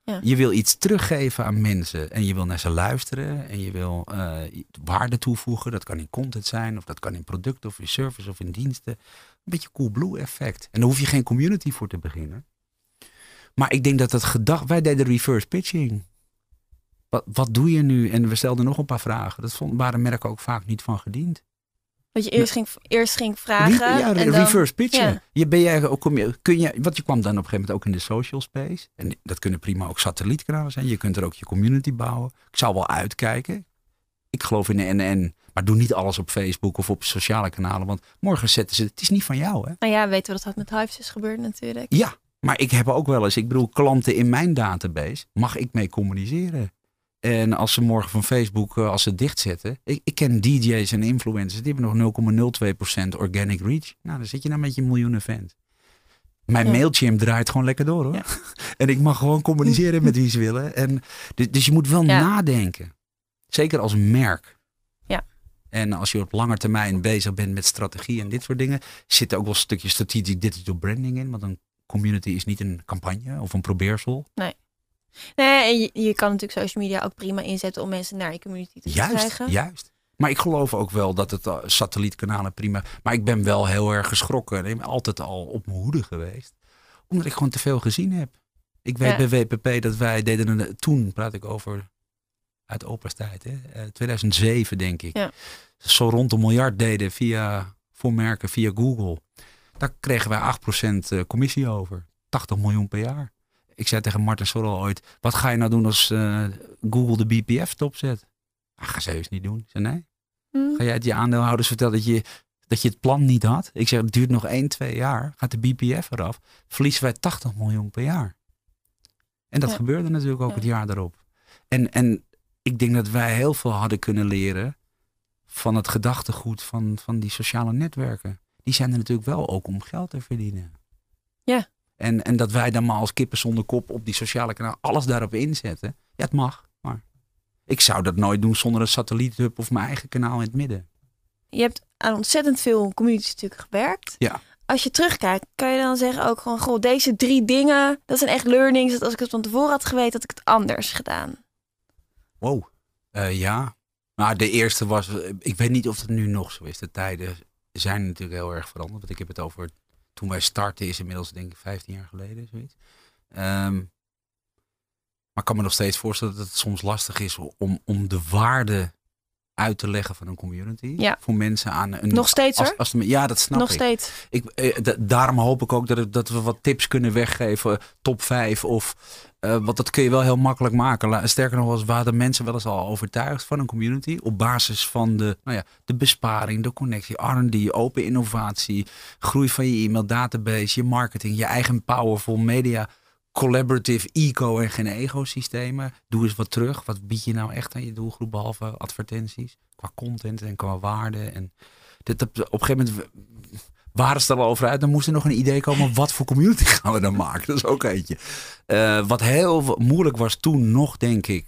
Ja.
Je wil iets teruggeven aan mensen. En je wil naar ze luisteren. En je wil uh, waarde toevoegen. Dat kan in content zijn. Of dat kan in producten of in service of in diensten. Een beetje Coolblue effect. En daar hoef je geen community voor te beginnen. Maar ik denk dat het gedacht... Wij deden reverse pitching. Wat, wat doe je nu? En we stelden nog een paar vragen. Dat vond, waren merken ook vaak niet van gediend.
Dat je eerst, ging, eerst ging vragen.
Ja,
en
reverse
dan,
pitchen.
Ja.
Je, ben jij, ook, kom je, kun je, want je kwam dan op een gegeven moment ook in de social space. En dat kunnen prima ook satellietkanalen zijn. Je kunt er ook je community bouwen. Ik zou wel uitkijken. Ik geloof in de N N. Maar doe niet alles op Facebook of op sociale kanalen. Want morgen zetten ze... Het is niet van jou, hè?
Nou ja, weten we dat dat met Hives is gebeurd natuurlijk.
Ja, maar ik heb ook wel eens... Ik bedoel, klanten in mijn database. Mag ik mee communiceren? En als ze morgen van Facebook, uh, als ze dichtzetten. Ik, ik ken D J's en influencers. Die hebben nog nul komma nul twee procent organic reach. Nou, dan zit je nou met je miljoenen fans. Mijn ja. Mailchimp draait gewoon lekker door, hoor. Ja. En ik mag gewoon communiceren met wie ze willen. En, dus, dus je moet wel ja. nadenken. Zeker als merk.
Ja.
En als je op lange termijn bezig bent met strategie en dit soort dingen. Zit er ook wel een stukje strategic digital branding in. Want een community is niet een campagne of een probeersel.
Nee. Nee, en je, je kan natuurlijk social media ook prima inzetten om mensen naar je community te
juist,
krijgen.
Juist. Maar ik geloof ook wel dat het uh, satellietkanalen prima... Maar ik ben wel heel erg geschrokken. Ik ben altijd al op mijn hoede geweest. Omdat ik gewoon te veel gezien heb. Ik weet ja. bij W P P dat wij deden... Een, toen praat ik over uit opa's tijd. Hè? Uh, tweeduizend zeven denk ik.
Ja.
Zo rond een miljard deden via voor merken via Google. Daar kregen wij acht procent commissie over. tachtig miljoen per jaar. Ik zei tegen Martin Sorrel ooit, wat ga je nou doen als uh, Google de B P F stopzet? Ah, ga ze heus niet doen. Ik zei nee. Hmm. Ga jij het je aandeelhouders vertellen dat je, dat je het plan niet had? Ik zeg, het duurt nog één, twee jaar. Gaat de B P F eraf. Verliezen wij tachtig miljoen per jaar. En dat ja. gebeurde natuurlijk ook ja. het jaar daarop. En, en ik denk dat wij heel veel hadden kunnen leren van het gedachtegoed van, van die sociale netwerken. Die zijn er natuurlijk wel ook om geld te verdienen.
Ja.
En, en dat wij dan maar als kippen zonder kop op die sociale kanaal alles daarop inzetten. Ja, het mag. Maar ik zou dat nooit doen zonder een satelliethub of mijn eigen kanaal in het midden.
Je hebt aan ontzettend veel communities natuurlijk gewerkt.
Ja.
Als je terugkijkt, kan je dan zeggen ook gewoon... Goh, deze drie dingen, dat zijn echt learnings. Dat als ik het van tevoren had geweten, had ik het anders gedaan.
Wow. Uh, ja. Maar de eerste was... Ik weet niet of het nu nog zo is. De tijden zijn natuurlijk heel erg veranderd. Want ik heb het over... Toen wij startten is inmiddels denk ik vijftien jaar geleden. Zoiets. Um, maar ik kan me nog steeds voorstellen dat het soms lastig is om, om de waarde uit te leggen van een community.
Ja.
Voor mensen aan een...
Nog steeds
als,
hoor.
Als, als, ja, dat snap
nog
ik.
steeds.
ik eh, d- daarom hoop ik ook dat, het, dat we wat tips kunnen weggeven. Top vijf of... Uh, want dat kun je wel heel makkelijk maken. Sterker nog, was waren de mensen wel eens al overtuigd van een community. Op basis van de, nou ja, de besparing, de connectie, R en D, open innovatie, groei van je e-mail database, je marketing, je eigen powerful media, collaborative eco en geen ecosystemen. Doe eens wat terug. Wat bied je nou echt aan je doelgroep behalve advertenties? Qua content en qua waarde. En dit, op een gegeven moment... waren ze er al over uit, dan moest er nog een idee komen, wat voor community gaan we dan maken? Dat is ook eentje. Uh, wat heel moeilijk was toen nog, denk ik,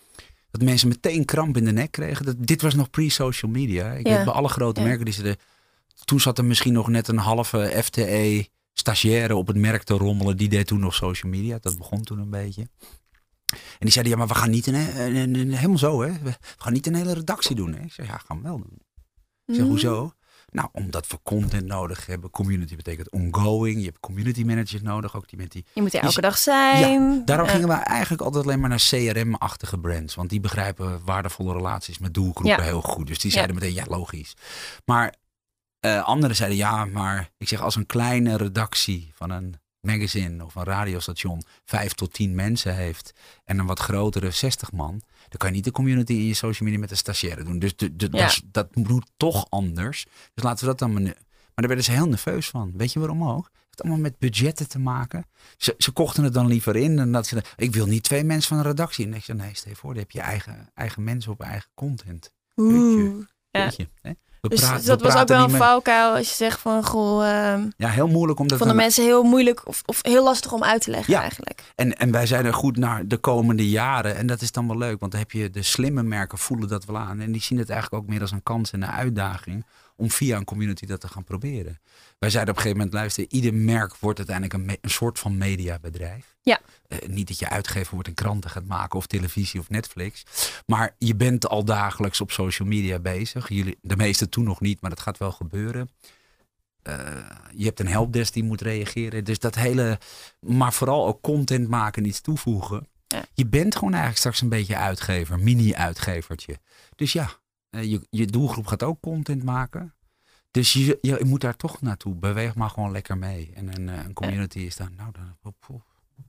dat mensen meteen kramp in de nek kregen. Dat, dit was nog pre-social media. Ik
ja.
weet bij alle grote ja. merken die ze de, toen zat er misschien nog net een halve F T E stagiaire op het merk te rommelen. Die deed toen nog social media. Dat begon toen een beetje. En die zeiden, ja, maar we gaan niet een, een, een, een helemaal zo, hè. We gaan niet een hele redactie doen, hè. Ik zei, ja, gaan we wel doen. Ik zeg,
mm.
hoezo? Nou, omdat we content nodig hebben. Community betekent ongoing. Je hebt community managers nodig. Ook die met die,
je moet er elke
die,
dag zijn.
Ja, daarom
ja.
gingen we eigenlijk altijd alleen maar naar C R M-achtige brands. Want die begrijpen waardevolle relaties met doelgroepen ja. heel goed. Dus die zeiden ja. meteen, ja, logisch. Maar uh, anderen zeiden, ja, maar ik zeg, als een kleine redactie van een magazine of een radiostation vijf tot tien mensen heeft en een wat grotere zestig man, dan kan je niet de community in je social media met een stagiaire doen. Dus de, de, ja. dat, dat moet toch anders. Dus laten we dat dan... Maar daar werden ze heel nerveus van. Weet je waarom ook? Het heeft allemaal met budgetten te maken. Ze, ze kochten het dan liever in. En dat ze, ik wil niet twee mensen van een redactie. En ik zei, nee, stel je voor, dan heb je eigen, eigen mensen op eigen content.
Oeh. Ja.
Weet je, hè? We
dus
praten,
dat
we
was ook wel een
met...
valkuil als je zegt van goh. Uh,
ja, heel moeilijk om dat.
Vonden
dan...
mensen heel moeilijk of, of heel lastig om uit te leggen
ja.
eigenlijk.
En, en wij zijn er goed naar de komende jaren. En dat is dan wel leuk. Want dan heb je de slimme merken voelen dat wel aan. En die zien het eigenlijk ook meer als een kans en een uitdaging. om via een community dat te gaan proberen. Wij zeiden op een gegeven moment, luister, ieder merk wordt uiteindelijk een, me- een soort van mediabedrijf.
Ja.
Uh, niet dat je uitgever wordt en kranten gaat maken of televisie of Netflix. Maar je bent al dagelijks op social media bezig. Jullie, de meeste toen nog niet, maar dat gaat wel gebeuren. Uh, je hebt een helpdesk die moet reageren. Dus dat hele, maar vooral ook content maken en iets toevoegen.
Ja.
Je bent gewoon eigenlijk straks een beetje uitgever, mini-uitgevertje. Dus ja, uh, je, je doelgroep gaat ook content maken. Dus je, je moet daar toch naartoe. Beweeg maar gewoon lekker mee. En een, een community is dan, nou, dan op, op.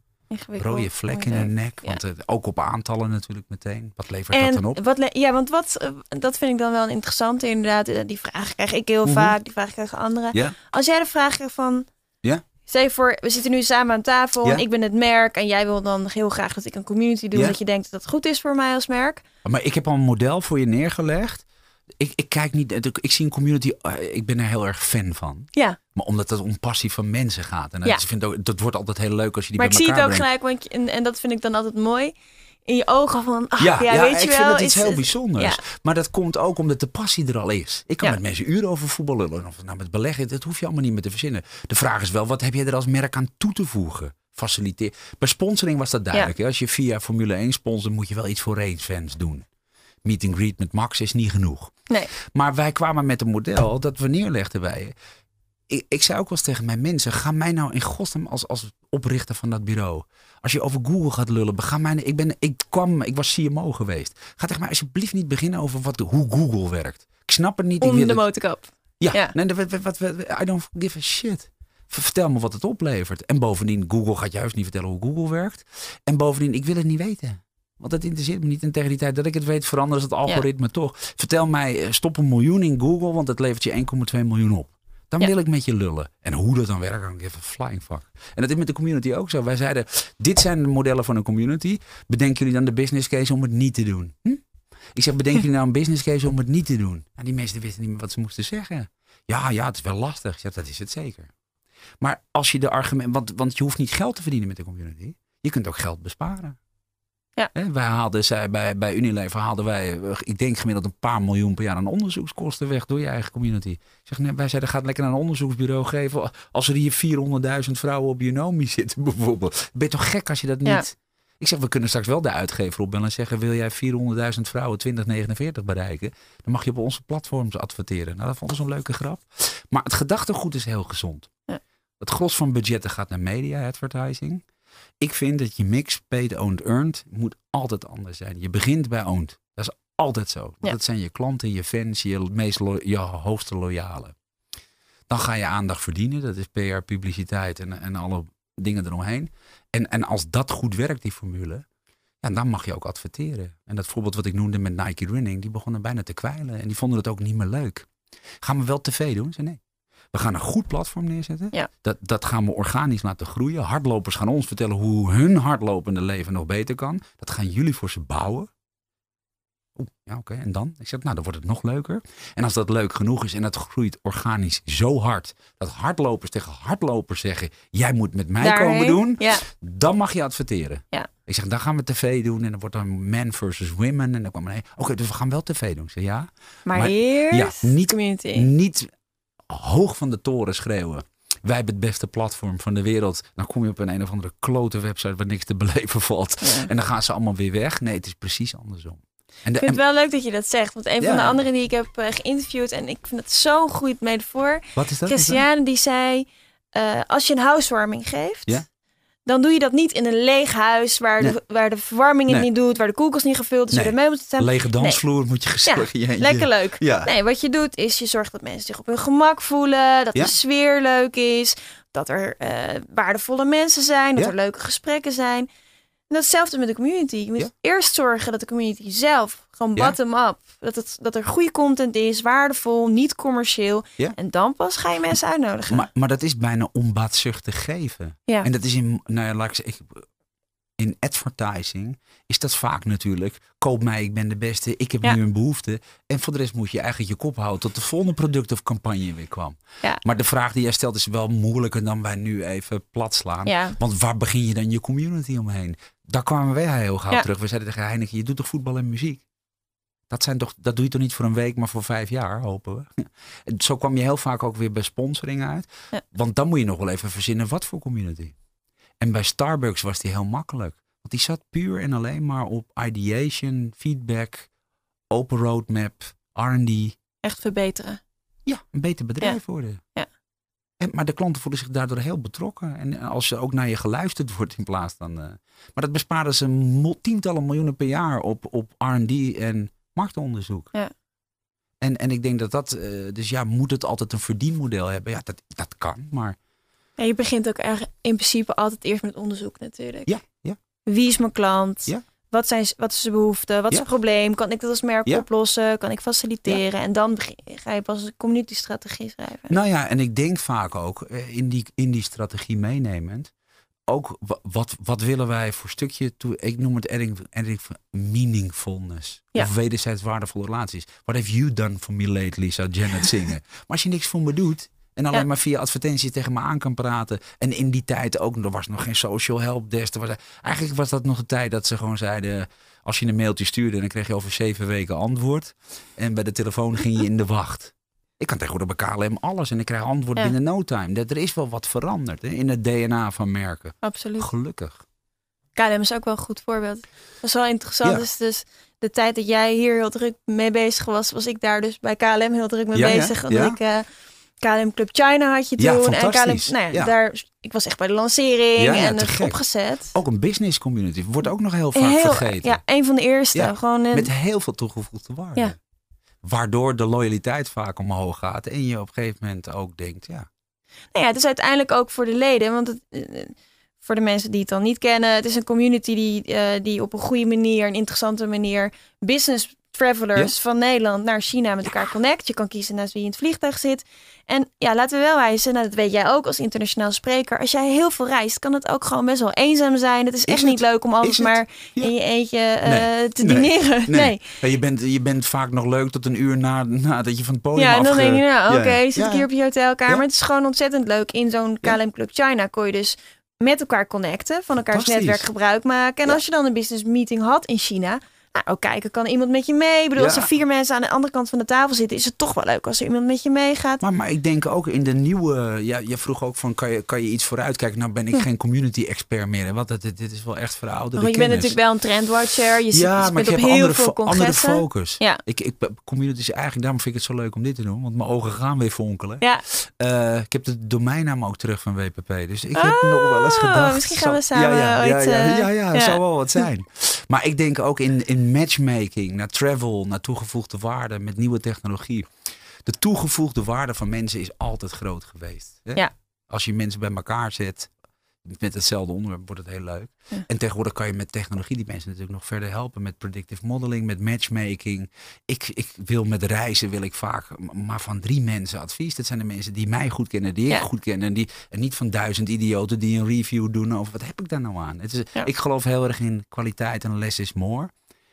Rode vlek in de nek. Ja. Want uh, ook op aantallen natuurlijk meteen. Wat levert
en
dat dan op?
Wat le- ja, want wat, uh, dat vind ik dan wel een interessante inderdaad. Die vraag krijg ik heel mm-hmm. vaak. Die vraag krijgen anderen.
Ja.
Als jij de vraag krijgt van...
Ja.
Stel je voor, we zitten nu samen aan tafel.
Ja.
En ik ben het merk. En jij wil dan heel graag dat ik een community doe.
Ja.
Dat je denkt dat het goed is voor mij als merk.
Maar ik heb al een model voor je neergelegd. Ik, ik kijk niet, ik zie een community, uh, ik ben er heel erg fan van.
Ja.
Maar omdat het om passie van mensen gaat. En
ja.
dat, vind ook, dat wordt altijd heel leuk als je die
maar
bij elkaar
brengt.
Maar
ik zie het ook
brengt.
gelijk, want, en, en dat vind ik dan altijd mooi. In je ogen van, ach,
ja,
ja,
ja,
weet je
ik
wel.
vind het iets
is,
heel bijzonders.
Ja.
Maar dat komt ook omdat de passie er al is. Ik kan
ja.
met mensen uren over voetbal lullen. Of nou met beleggen, dat hoef je allemaal niet meer te verzinnen. De vraag is wel, wat heb je er als merk aan toe te voegen? Faciliteer. Bij sponsoring was dat duidelijk. Ja. Als je via Formule één sponsort, moet je wel iets voor racefans doen. Meet and greet met Max is niet genoeg.
Nee.
Maar wij kwamen met een model dat we neerlegden bij je. Ik, ik zei ook wel eens tegen mijn mensen, ga mij nou in godsnaam als, als oprichter van dat bureau. Als je over Google gaat lullen, ga mij, ik, ben, ik, kwam, ik was C M O geweest. Ga tegen mij alsjeblieft niet beginnen over wat, hoe Google werkt. Ik snap het niet.
Om
ik
de
het...
motorkap.
Ja,
ja.
Nee, wat, wat, wat, I don't give a shit. Vertel me wat het oplevert. En bovendien, Google gaat juist niet vertellen hoe Google werkt. En bovendien, ik wil het niet weten. Want dat interesseert me niet. En tegen die tijd dat ik het weet, veranderen ze het algoritme ja. toch. Vertel mij, stop een miljoen in Google, want het levert je één komma twee miljoen op. Dan ja. wil ik met je lullen. En hoe dat dan werkt, dan geef een flying fuck. En dat is met de community ook zo. Wij zeiden, dit zijn de modellen van een community. Bedenken jullie dan de business case om het niet te doen? Hm? Ik zeg, bedenken jullie nou een business case om het niet te doen? En die mensen wisten niet meer wat ze moesten zeggen. Ja, ja, het is wel lastig. Ja, dat is het zeker. Maar als je de argument, want, want je hoeft niet geld te verdienen met de community. Je kunt ook geld besparen.
Ja.
He, wij haalden, zij, bij, bij Unilever haalden wij, ik denk gemiddeld een paar miljoen per jaar aan onderzoekskosten weg door je eigen community. Ik zeg, nee, wij zeiden, gaat lekker naar een onderzoeksbureau geven. Als er hier vierhonderdduizend vrouwen op Unomi zitten bijvoorbeeld. Ben je toch gek als je dat niet... Ja. Ik zeg, we kunnen straks wel de uitgever opbellen en zeggen, wil jij vierhonderdduizend vrouwen twintig negenenveertig bereiken? Dan mag je op onze platforms adverteren. Nou, dat vonden ze een leuke grap. Maar het gedachtegoed is heel gezond.
Ja. Het
gros van budgetten gaat naar media advertising. Ik vind dat je mix paid, owned, earned moet altijd anders zijn. Je begint bij owned. Dat is altijd zo. Want
ja.
dat zijn je klanten, je fans, je, meest lo- je hoogste loyalen. Dan ga je aandacht verdienen. Dat is P R, publiciteit en, en alle dingen eromheen. En, en als dat goed werkt, die formule, ja, dan mag je ook adverteren. En dat voorbeeld wat ik noemde met Nike Running, die begonnen bijna te kwijlen. En die vonden het ook niet meer leuk. Gaan we wel tv doen? Ze nee. We gaan een goed platform neerzetten.
Ja.
Dat, dat gaan we organisch laten groeien. Hardlopers gaan ons vertellen hoe hun hardlopende leven nog beter kan. Dat gaan jullie voor ze bouwen. Oeh, ja, oké. Okay. En dan? Ik zeg, nou, dan wordt het nog leuker. En als dat leuk genoeg is en dat groeit organisch zo hard, dat hardlopers tegen hardlopers zeggen, jij moet met mij
Daarheen,
komen doen.
Ja.
Dan mag je adverteren.
Ja.
Ik zeg, dan gaan we tv doen en dan wordt dan men versus women. En dan kwam er, oké, okay, dus we gaan wel tv doen. Ik zeg, ja.
Maar, maar eerst
ja, niet,
community.
Niet hoog van de toren schreeuwen. Wij hebben het beste platform van de wereld. Dan kom je op een een of andere klote website waar niks te beleven valt. Ja. En dan gaan ze allemaal weer weg. Nee, het is precies andersom. En de,
ik vind het wel leuk dat je dat zegt. Want een
ja.
van de anderen die ik heb uh, geïnterviewd, en ik vind het zo'n goed metafoor.
Wat is dat?
Christiane die zei, uh, als je een housewarming geeft,
ja?
dan doe je dat niet in een leeg huis waar, nee. de, waar de verwarming het nee. niet doet, waar de koelkast niet gevuld is, nee. waar de meubels staan.
Lege dansvloer nee. moet je gezellig
ja,
je
lekker leuk.
Ja.
Nee, wat je doet is je zorgt dat mensen zich op hun gemak voelen, dat ja? de sfeer leuk is, dat er uh, waardevolle mensen zijn, dat ja? er leuke gesprekken zijn. En datzelfde met de community. Je moet ja? eerst zorgen dat de community zelf, gewoon bottom-up, ja? dat, het, dat er goede content is, waardevol, niet commercieel. Ja? En dan pas ga je mensen uitnodigen.
Maar, maar dat is bijna onbaatzuchtig geven.
Ja.
En dat is in, nou ja, laat ik zeggen, in advertising is dat vaak natuurlijk, koop mij, ik ben de beste, ik heb ja. nu een behoefte. En voor de rest moet je eigenlijk je kop houden tot de volgende product of campagne weer kwam.
Ja.
Maar de vraag die jij stelt is wel moeilijker dan wij nu even plat slaan.
Ja.
Want waar begin je dan je community omheen? Daar kwamen wij heel gauw ja. terug. We zeiden tegen Heineken, je doet toch voetbal en muziek? Dat, zijn toch, dat doe je toch niet voor een week, maar voor vijf jaar, hopen we. Zo kwam je heel vaak ook weer bij sponsoring uit. Ja. Want dan moet je nog wel even verzinnen wat voor community. En bij Starbucks was die heel makkelijk. Want die zat puur en alleen maar op ideation, feedback, open roadmap, R en D. Echt
verbeteren.
Ja, een beter bedrijf ja. worden.
Ja.
En, maar de klanten voelen zich daardoor heel betrokken. En als er ook naar je geluisterd wordt in plaats van... Uh, maar dat bespaarden ze mo- tientallen miljoenen per jaar op, op R en D en marktonderzoek.
Ja.
En, en ik denk dat dat... Uh, dus ja, moet het altijd een verdienmodel hebben? Ja, dat, dat kan, maar...
En je begint ook erg in principe altijd eerst met onderzoek natuurlijk.
Ja, ja.
Wie is mijn klant?
Ja.
Wat, zijn, wat is zijn behoefte? Wat is
ja.
zijn probleem? Kan ik dat als merk
ja.
oplossen? Kan ik faciliteren? Ja. En dan begin, ga je pas een community strategie schrijven.
Nou ja, en ik denk vaak ook in die, in die strategie meenemend. Ook wat, wat willen wij voor stukje toe? Ik noem het adding, adding meaningfulness. Ja. Of wederzijds waardevolle relaties. What have you done for me lately, zou Janet zingen. Maar als je niks voor me doet. En alleen ja. maar via advertenties tegen me aan kan praten. En in die tijd ook, er was nog geen social helpdesk. Was, eigenlijk was dat nog een tijd dat ze gewoon zeiden... Als je een mailtje stuurde, dan kreeg je over zeven weken antwoord. En bij de telefoon ging je in de wacht. Ik kan tegenwoordig bij K L M alles en ik krijg antwoord ja. binnen no time. Dat er is wel wat veranderd hè, in het D N A van merken.
Absoluut.
Gelukkig.
K L M is ook wel een goed voorbeeld. Dat is wel interessant. Ja. Dus, dus de tijd dat jij hier heel druk mee bezig was, was ik daar dus bij K L M heel druk mee ja, bezig. Ja? Ja. Ik, uh, K L M Club China had je toen.
Ja,
en K L M, nou ja, ja. Daar, ik was echt bij de lancering ja, ja, en het opgezet.
Ook een business community. Wordt ook nog heel vaak heel, vergeten.
Ja, een van de eerste.
Ja,
gewoon een...
Met heel veel toegevoegde waarde. Ja. Waardoor de loyaliteit vaak omhoog gaat. En je op een gegeven moment ook denkt, ja.
Nou ja, het is uiteindelijk ook voor de leden. Want het, voor de mensen die het dan niet kennen. Het is een community die, uh, die op een goede manier, een interessante manier, business travelers ja? van Nederland naar China met elkaar connect. Je kan kiezen naast wie je in het vliegtuig zit. En ja, laten we wel wijzen, nou, dat weet jij ook als internationaal spreker. Als jij heel veel reist, kan het ook gewoon best wel eenzaam zijn. Het is, is echt het? niet leuk om alles maar ja. in je eentje uh, nee. te nee. dineren. Nee. nee.
Ja, je, bent, je bent vaak nog leuk tot een uur na, nadat je van het podium
Ja, en dan
afge...
denk je, nou oké, okay,
ja.
zit ik
ja.
hier op je hotelkamer. Ja. Het is gewoon ontzettend leuk. In zo'n K L M Club China kon je dus met elkaar connecten, van elkaars netwerk gebruik maken. En ja. als je dan een business meeting had in China... Nou, ook kijken, kan iemand met je mee? Ik bedoel, ja. als er vier mensen aan de andere kant van de tafel zitten, is het toch wel leuk als er iemand met je meegaat.
Maar, maar ik denk ook in de nieuwe, ja, je vroeg ook van, kan je, kan je iets vooruitkijken? Nou ben ik ja. geen community expert meer, want dit, dit is wel echt verouderde
Want je
kennis.
bent natuurlijk wel een trendwatcher, je,
ja,
zit,
maar
je bent
ik
op
heb
heel
andere,
veel congressen.
andere focus.
Ja.
Ik, ik, community is eigenlijk, daarom vind ik het zo leuk om dit te doen, want mijn ogen gaan weer fonkelen.
Ja.
Uh, ik heb de domeinnaam ook terug van W P P, dus ik
oh,
heb nog wel eens gedacht.
Misschien gaan we samen
ja, ja,
ooit...
Ja, ja,
uh,
ja, ja, ja, zou wel wat zijn. Maar ik denk ook in, in matchmaking, naar travel, naar toegevoegde waarde met nieuwe technologie. De toegevoegde waarde van mensen is altijd groot geweest. Hè?
Ja.
Als je mensen bij elkaar zet met hetzelfde onderwerp, wordt het heel leuk. Ja. En tegenwoordig kan je met technologie die mensen natuurlijk nog verder helpen. Met predictive modeling, met matchmaking. Ik, ik wil met reizen wil ik vaak maar van drie mensen advies. Dat zijn de mensen die mij goed kennen, die ik ja. goed ken. En, die, en niet van duizend idioten die een review doen over wat heb ik daar nou aan. Het is, ja. Ik geloof heel erg in kwaliteit en less is more.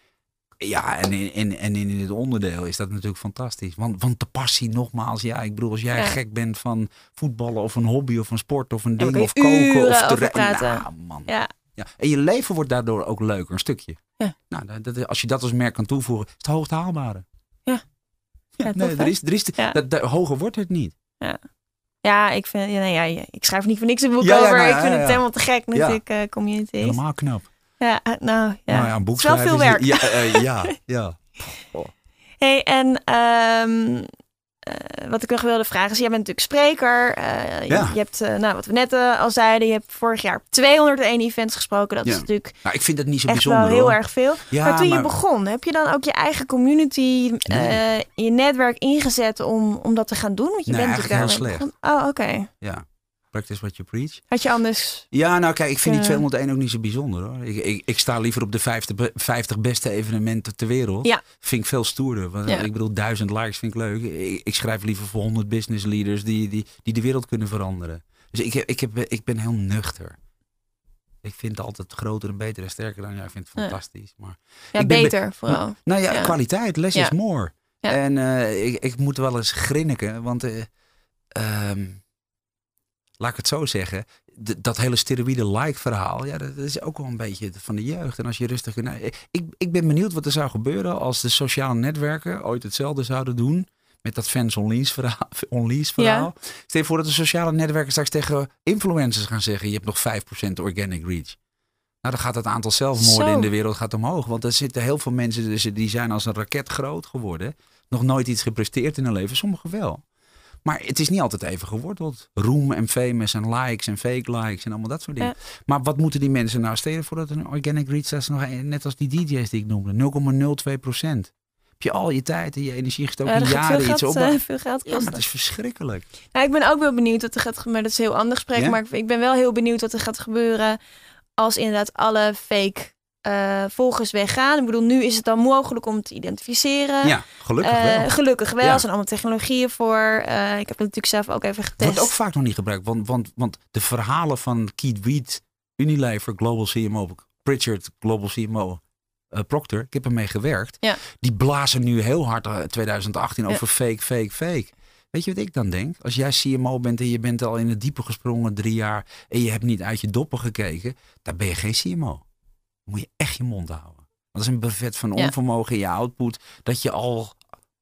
Ja, en in, in, en in dit onderdeel is dat natuurlijk fantastisch. Want, want de passie, nogmaals, ja, ik bedoel, als jij ja. gek bent van voetballen of een hobby of een sport of een ding of koken of te
praten.
Nou, man.
Ja.
Ja. En je leven wordt daardoor ook leuker, een stukje.
Ja.
Nou, dat, als je dat als merk kan toevoegen, is het hoogst haalbare.
Ja.
ja, ja nee, tof, er is, er is de, ja. dat, dat, hoger wordt het niet.
Ja. Ja, ik vind, ja, nee, ja, ik schrijf niet voor niks een boek
ja, ja,
over.
nou,
ik vind
ja, ja.
het helemaal te gek natuurlijk,
ja.
uh, community.
Helemaal knap.
Ja, nou ja.
Nou ja, een boek
het is wel veel werk.
Ja, uh, ja, ja. Oh.
Hey, en um, uh, wat ik nog wilde vragen is, jij bent natuurlijk spreker. Uh,
ja.
Je, je hebt, uh, nou, wat we net uh, al zeiden, je hebt vorig jaar op tweehonderdéén events gesproken. Dat
ja.
is natuurlijk
nou, ik vind dat niet zo
echt
bijzonder,
wel heel
hoor.
erg veel.
Ja,
maar toen
maar...
je begon, heb je dan ook je eigen community, nee. uh, je netwerk ingezet om, om dat te gaan doen? Want je
nee,
bent
eigenlijk heel slecht.
Begonnen. Oh, oké. Okay.
Ja. Practice what you preach.
Had je anders?
Ja, nou kijk, ik vind die tweehonderdéén ook niet zo bijzonder, hoor. Ik, ik, ik sta liever op de vijftig, vijftig beste evenementen ter wereld.
Ja.
Vind ik veel stoerder. Want, ja. Ik bedoel, duizend likes vind ik leuk. Ik, ik schrijf liever voor honderd business leaders die, die, die de wereld kunnen veranderen. Dus ik, ik, heb, ik ben heel nuchter. Ik vind het altijd groter en beter en sterker dan. Ja, ik vind het fantastisch. Maar
ja,
ik
beter
ben,
vooral.
Nou ja,
ja.
kwaliteit. Less ja. is more.
Ja.
En uh, ik, ik moet wel eens grinniken. Want... Uh, um, laat ik het zo zeggen. d- dat hele steroïde-like verhaal, ja, dat is ook wel een beetje van de jeugd. En als je rustig... Nou, ik, ik ben benieuwd wat er zou gebeuren als de sociale netwerken ooit hetzelfde zouden doen met dat fans onleashed verhaal. onleashed verhaal. Ja. Stel je voor dat de sociale netwerken straks tegen influencers gaan zeggen, je hebt nog vijf procent organic reach. Nou, dan gaat het aantal zelfmoorden Zo. in de wereld gaat omhoog. Want er zitten heel veel mensen tussen die zijn als een raket groot geworden. Nog nooit iets gepresteerd in hun leven. Sommigen wel. Maar het is niet altijd even geworteld. Roem en famous en likes en fake likes en allemaal dat soort dingen. Ja. Maar wat moeten die mensen nou stelen voordat een organic reach is nog net als die D J's die ik noemde. nul komma nul twee procent. Heb je al je tijd en je energie gestoken ja, in jaren
veel
iets op.
Uh, veel geld
ja, maar het is verschrikkelijk.
Nou, ik ben ook wel benieuwd wat er gaat gebeuren. Dat is heel anders gesprek. Ja? Maar ik ben wel heel benieuwd wat er gaat gebeuren als inderdaad alle fake uh, volgers weggaan. Ik bedoel, nu is het dan mogelijk om te identificeren.
Ja, gelukkig uh, wel.
Gelukkig wel. Ja. Er zijn allemaal technologieën voor. Uh, ik heb het natuurlijk zelf ook even getest.
Wordt ook vaak nog niet gebruikt. Want, want, want de verhalen van Keith Weed, Unilever, Global C M O, Pritchard, Global C M O, uh, Procter, ik heb ermee gewerkt. Ja. Die blazen nu heel hard uh, twintig achttien ja. over fake, fake, fake. Weet je wat ik dan denk? Als jij C M O bent en je bent al in het diepe gesprongen drie jaar en je hebt niet uit je doppen gekeken, dan ben je geen C M O. Dan moet je echt je mond houden. Want dat is een buffet van onvermogen in je output dat je al,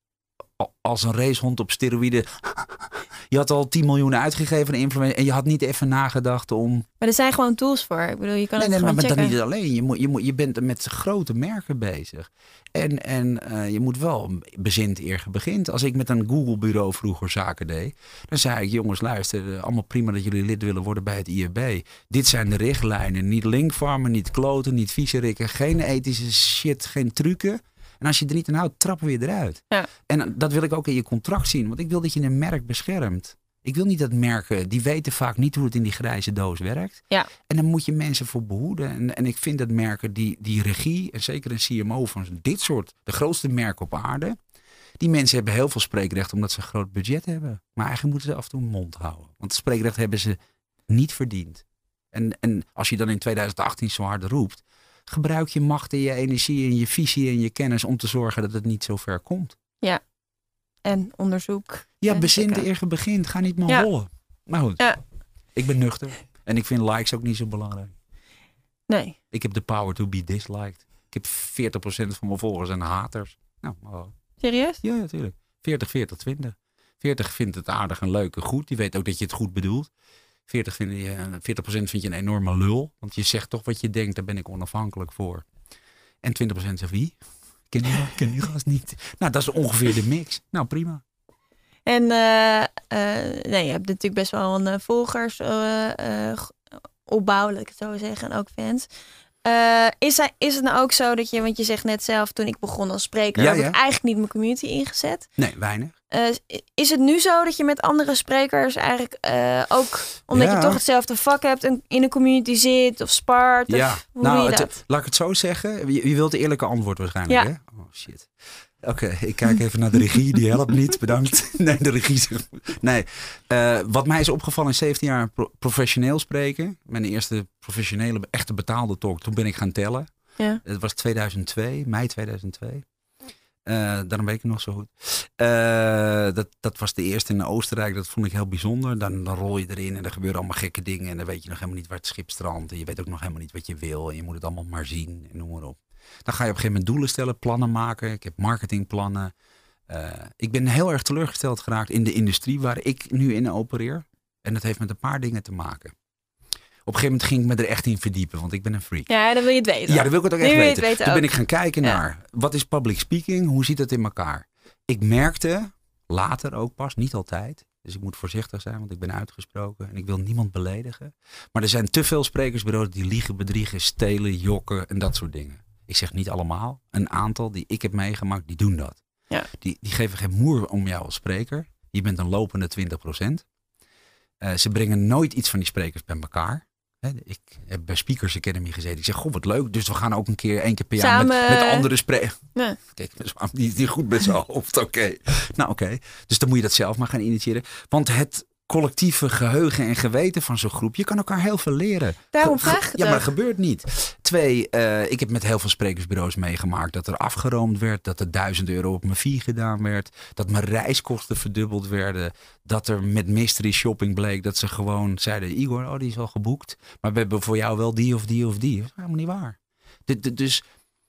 al als een racehond op steroïden. Je had al tien miljoen uitgegeven aan influencer en je had niet even nagedacht om.
Maar er zijn gewoon tools voor. Ik bedoel, je kan
nee,
het
nee,
gewoon
maar,
checken.
maar dan niet alleen. Je, moet, je, moet, je bent met grote merken bezig. En, en uh, je moet wel bezint eer begint. Als ik met een Google bureau vroeger zaken deed, dan zei ik, jongens, luister, allemaal prima dat jullie lid willen worden bij het I R B. Dit zijn de richtlijnen. Niet linkfarmen, niet kloten, niet viezerikken, geen ethische shit, geen trucken. En als je er niet aan houdt, trappen we je eruit. Ja. En dat wil ik ook in je contract zien. Want ik wil dat je een merk beschermt. Ik wil niet dat merken, die weten vaak niet hoe het in die grijze doos werkt. Ja. En dan moet je mensen voor behoeden. En, en ik vind dat merken die, die regie, en zeker een C M O van dit soort, de grootste merken op aarde. Die mensen hebben heel veel spreekrecht omdat ze een groot budget hebben. Maar eigenlijk moeten ze af en toe een mond houden. Want spreekrecht hebben ze niet verdiend. En, en als je dan in twintig achttien zo hard roept, gebruik je macht en je energie en je visie en je kennis om te zorgen dat het niet zo ver komt.
Ja. En onderzoek.
Ja, bezin de eer begint. Ga niet maar ja. rollen. Maar goed, ja. Ik ben nuchter. En ik vind likes ook niet zo belangrijk.
Nee.
Ik heb de power to be disliked. Ik heb veertig procent van mijn volgers en haters. Nou, oh.
Serieus?
Ja, natuurlijk. veertig, veertig, twintig. veertig vindt het aardig en leuk en goed. Die weet ook dat je het goed bedoelt. veertig, vind je, veertig procent vind je een enorme lul. Want je zegt toch wat je denkt, daar ben ik onafhankelijk voor. En twintig procent zegt wie? Ken je, ken die gast niet? Nou, dat is ongeveer de mix. Nou, prima.
En uh, uh, nee, je hebt natuurlijk best wel een uh, volgers uh, uh, opbouw, laat ik het zo zeggen, en ook fans. Uh, is, hij, is het nou ook zo dat je, want je zegt net zelf, toen ik begon als spreker, ja, heb ja. ik eigenlijk niet mijn community ingezet.
Nee, weinig.
Uh, is het nu zo dat je met andere sprekers eigenlijk uh, ook, omdat ja. je toch hetzelfde vak hebt, in een community zit of spart?
Ja,
of, hoe
nou,
doe je
het,
dat?
Laat ik het zo zeggen. Je, je wilt de eerlijke antwoord waarschijnlijk,
ja.
hè? Oh, shit. Oké, okay, ik kijk even naar de regie. Die helpt niet, bedankt. Nee, de regie zegt... Nee, uh, wat mij is opgevallen in zeventien jaar pro- professioneel spreken. Mijn eerste professionele, echte betaalde talk. Toen ben ik gaan tellen. Ja. Het was tweeduizend twee, mei tweeduizend twee. Uh, daarom weet ik het nog zo goed. Uh, dat, dat was de eerste in Oostenrijk. Dat vond ik heel bijzonder. Dan, dan rol je erin en er gebeuren allemaal gekke dingen. En dan weet je nog helemaal niet waar het schip strandt. En je weet ook nog helemaal niet wat je wil. En je moet het allemaal maar zien en noem maar op. Dan ga je op een gegeven moment doelen stellen, plannen maken. Ik heb marketingplannen. Uh, ik ben heel erg teleurgesteld geraakt in de industrie waar ik nu in opereer. En dat heeft met een paar dingen te maken. Op een gegeven moment ging ik me er echt in verdiepen, want ik ben een freak.
Ja, dan wil je het weten.
Ja, dan wil ik het ook echt
nu
weten.
weten
Toen
ook.
ben ik gaan kijken ja. naar, wat is public speaking? Hoe zit het in elkaar? Ik merkte, later ook pas, niet altijd. Dus ik moet voorzichtig zijn, want ik ben uitgesproken. En ik wil niemand beledigen. Maar er zijn te veel sprekersbureaus die liegen, bedriegen, stelen, jokken en dat soort dingen. Ik zeg niet allemaal. Een aantal die ik heb meegemaakt, die doen dat. Ja. Die, die geven geen moer om jou als spreker. Je bent een lopende twintig procent. Uh, ze brengen nooit iets van die sprekers bij elkaar. He, ik heb bij Speakers Academy gezeten. Ik zeg, goh, wat leuk. Dus we gaan ook een keer, één keer per jaar
Samen...
met, met andere sprekers.
Nee.
Kijk, die is niet goed met zijn hoofd. Oké. Okay. Nou, oké. Okay. Dus dan moet je dat zelf maar gaan initiëren. Want het collectieve geheugen en geweten van zo'n groep. Je kan elkaar heel veel leren.
Daarom
Ge-
vraag ik het
Ja, maar
ook.
dat gebeurt niet. Twee, uh, ik heb met heel veel sprekersbureaus meegemaakt dat er afgeroomd werd, dat er duizend euro op mijn fee gedaan werd, dat mijn reiskosten verdubbeld werden, dat er met mystery shopping bleek dat ze gewoon zeiden, Igor, oh, die is al geboekt, maar we hebben voor jou wel die of die of die. Dat is helemaal niet waar. De, de, dus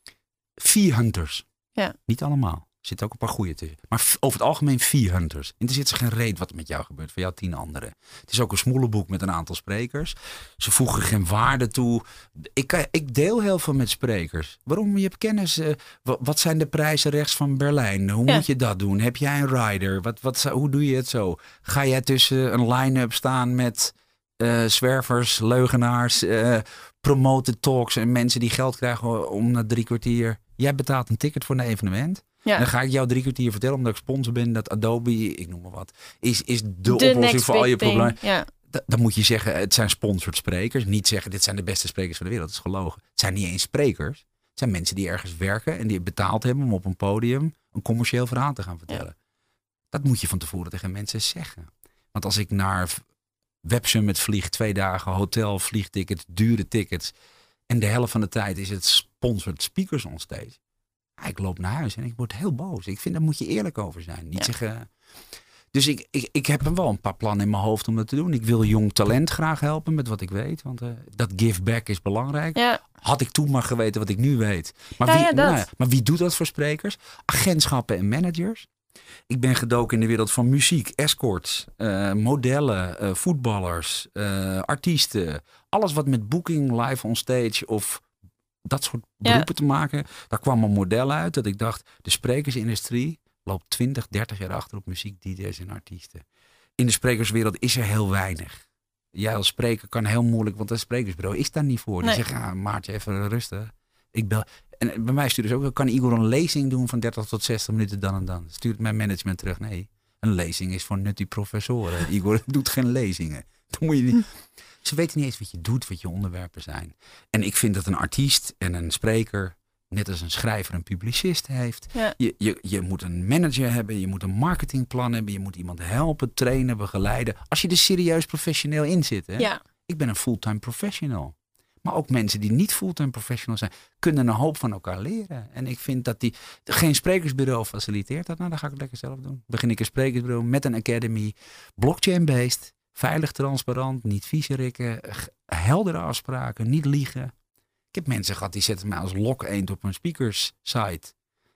fee hunters.
Ja.
Niet allemaal. Er zitten ook een paar goede tussen. Maar f- over het algemeen fee hunters. Interesseert ze geen reet wat er met jou gebeurt. Voor jou tien anderen. Het is ook een smoelenboek met een aantal sprekers. Ze voegen geen waarde toe. Ik, ik deel heel veel met sprekers. Waarom? Je hebt kennis. Uh, wat, wat zijn de prijzen rechts van Berlijn? Hoe
Ja.
moet je dat doen? Heb jij een rider? Wat, wat, hoe doe je het zo? Ga jij tussen een line-up staan met uh, zwervers, leugenaars, uh, promoted talks en mensen die geld krijgen om na drie kwartier. Jij betaalt een ticket voor een evenement.
Ja.
En dan ga ik jou drie kwartier vertellen, omdat ik sponsor ben, dat Adobe, ik noem maar wat, is, is de,
De
oplossing
next
voor al je
big thing.
problemen.
Ja.
Da- Dan moet je zeggen, het zijn sponsored sprekers. Niet zeggen, dit zijn de beste sprekers van de wereld. Dat is gelogen. Het zijn niet eens sprekers. Het zijn mensen die ergens werken en die betaald hebben om op een podium een commercieel verhaal te gaan vertellen. Ja. Dat moet je van tevoren tegen mensen zeggen. Want als ik naar Web Summit vlieg, twee dagen, hotel, vliegtickets, dure tickets. En de helft van de tijd is het sponsored speakers on stage. Ik loop naar huis en ik word heel boos. Ik vind, daar moet je eerlijk over zijn. Niet
ja.
zeggen. Dus ik, ik, ik heb wel een paar plannen in mijn hoofd om dat te doen. Ik wil jong talent graag helpen met wat ik weet. Want uh, dat give back is belangrijk.
Ja.
Had ik toen maar geweten wat ik nu weet. Maar,
Ja,
wie,
ja,
nou
dat.
ja, maar wie doet dat voor sprekers? Agentschappen en managers. Ik ben gedoken in de wereld van muziek, escorts, uh, modellen, uh, voetballers, uh, artiesten. Alles wat met booking, live on stage of dat soort beroepen ja. te maken. Daar kwam een model uit dat ik dacht, de sprekersindustrie loopt twintig, dertig jaar achter op muziek, D J's en artiesten. In de sprekerswereld is er heel weinig. Jij als spreker kan heel moeilijk, want een sprekersbureau is daar niet voor. Die
nee.
zeggen, ah, Maartje, even rustig. Ik bel. En bij mij sturen ze ook, kan Igor een lezing doen van dertig tot zestig minuten dan en dan? Stuurt mijn management terug. Nee, een lezing is voor nutty professoren. Igor doet geen lezingen. Dan moet je niet... Ze weten niet eens wat je doet, wat je onderwerpen zijn. En ik vind dat een artiest en een spreker, net als een schrijver een publicist heeft.
Ja.
Je, je, je moet een manager hebben, je moet een marketingplan hebben, je moet iemand helpen, trainen, begeleiden. Als je er serieus professioneel in zit. Hè?
Ja.
Ik ben een fulltime professional. Maar ook mensen die niet fulltime professional zijn, kunnen een hoop van elkaar leren. En ik vind dat die geen sprekersbureau faciliteert dat. Nou, dan ga ik het lekker zelf doen. Begin ik een sprekersbureau met een academy, blockchain-based. Veilig, transparant, niet viezerikken, heldere afspraken, niet liegen. Ik heb mensen gehad die zetten mij als lok-eend op een speakers site.